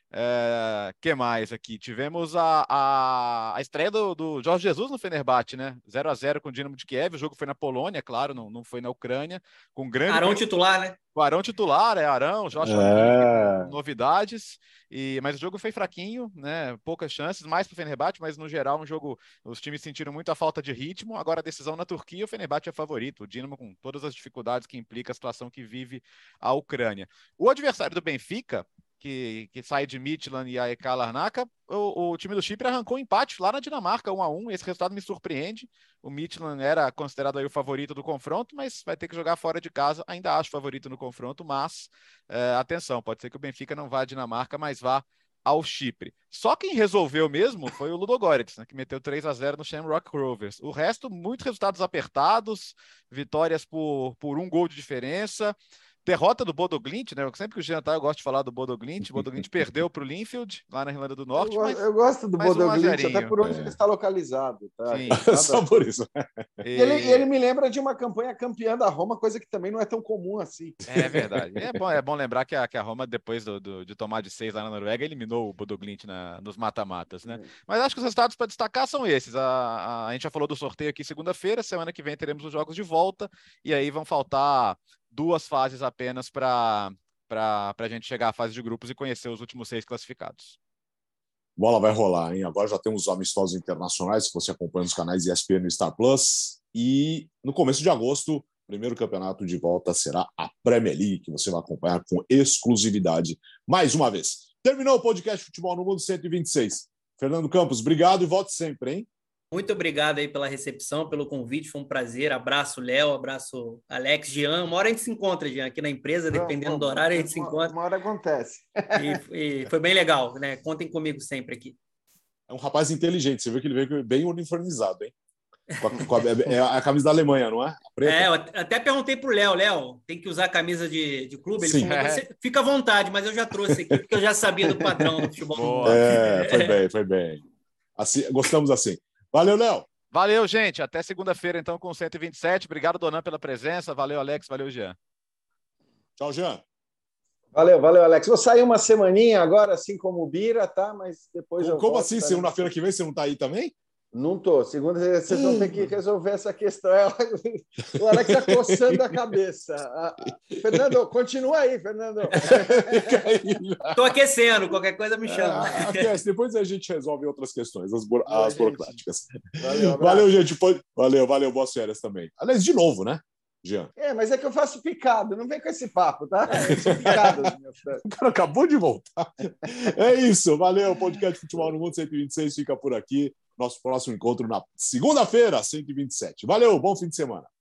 É, que mais aqui? Tivemos a, a, a estreia do, do Jorge Jesus no Fenerbahçe, né? zero a zero com o Dinamo de Kiev. O jogo foi na Polônia, claro, não, não foi na Ucrânia. Com grande... Arão titular, né? O Arão titular, é Arão, Joshua É... King, novidades. E, mas o jogo foi fraquinho, né? Poucas chances, mais para o Fenerbahçe, mas no geral um jogo, os times sentiram muito a falta de ritmo. Agora a decisão na Turquia, o Fenerbahçe é favorito. O Dinamo com todas as dificuldades que implica a situação que vive a Ucrânia. O adversário do Benfica, que, que sai de Midtjylland e A E K Larnaca, o, o time do Chipre arrancou um empate lá na Dinamarca, um a um. Esse resultado me surpreende. O Midtjylland era considerado aí o favorito do confronto, mas vai ter que jogar fora de casa. Ainda acho favorito no confronto, mas é, atenção, pode ser que o Benfica não vá à Dinamarca, mas vá ao Chipre. Só quem resolveu mesmo foi o Ludogorets, né, que meteu três a zero no Shamrock Rovers. O resto, muitos resultados apertados, vitórias por, por um gol de diferença. Derrota do Bodo Glimt, né? Sempre que o Jean tá, eu gosto de falar do Bodo Glimt. O Bodo Glimt perdeu para o Linfield, lá na Irlanda do Norte. Eu, mas, eu gosto do Bodo Glimt, um até por onde é. ele está localizado. Tá? Sim. Só por isso. E... Ele, ele me lembra de uma campanha campeã da Roma, coisa que também não é tão comum assim. É verdade. É bom, é bom lembrar que a, que a Roma, depois do, do, de tomar de seis lá na Noruega, eliminou o Bodo Glimt na, nos mata-matas, né? É. Mas acho que os resultados para destacar são esses. A, a, a gente já falou do sorteio aqui segunda-feira, semana que vem teremos os jogos de volta, e aí vão faltar duas fases apenas para para a gente chegar à fase de grupos e conhecer os últimos seis classificados. Bola vai rolar, hein? Agora já temos amistosos internacionais, se você acompanha nos canais E S P N e Star Plus. E no começo de agosto, o primeiro campeonato de volta será a Premier League, que você vai acompanhar com exclusividade mais uma vez. Terminou o podcast Futebol no Mundo cento e vinte e seis. Fernando Campos, obrigado e volte sempre, hein? Muito obrigado aí pela recepção, pelo convite, foi um prazer. Abraço, Léo, abraço, Alex, Jean. Uma hora a gente se encontra, Jean, aqui na empresa, dependendo não, do horário, a gente se encontra. Uma hora acontece. E, e foi bem legal, né? Contem comigo sempre aqui. É um rapaz inteligente, você viu que ele veio bem uniformizado, hein? Com a, com a, é a camisa da Alemanha, não é? É, eu até perguntei pro Léo, Léo, tem que usar a camisa de, de clube? Ele Sim. falou, você fica à vontade, mas eu já trouxe aqui, porque eu já sabia do padrão do futebol. É, foi bem, foi bem. Assim, gostamos assim. Valeu, Léo! Valeu, gente. Até segunda-feira, então, com cento e vinte e sete. Obrigado, Donan, pela presença. Valeu, Alex. Valeu, Jean. Tchau, Jean. Valeu, valeu, Alex. Vou sair uma semaninha agora, assim como o Bira, tá? Mas depois Como, eu como volto, assim? tá? Segunda-feira que vem você não tá aí também? Não tô. Segunda, vocês vão ter que resolver essa questão. O Alex está coçando a cabeça. Fernando, continua aí, Fernando. Estou aquecendo. Qualquer coisa me chama. É, aquece. Depois a gente resolve outras questões, as, buro... as burocráticas. Valeu, um valeu, gente. Valeu, valeu. Boas férias também. Aliás, de novo, né, Jean? É, mas é que eu faço picado. Não vem com esse papo, tá? Eu sou picado. O cara acabou de voltar. É isso. Valeu. O podcast Futebol no Mundo cento e vinte e seis fica por aqui. Nosso próximo encontro na segunda-feira, cento e vinte e sete. Valeu, bom fim de semana.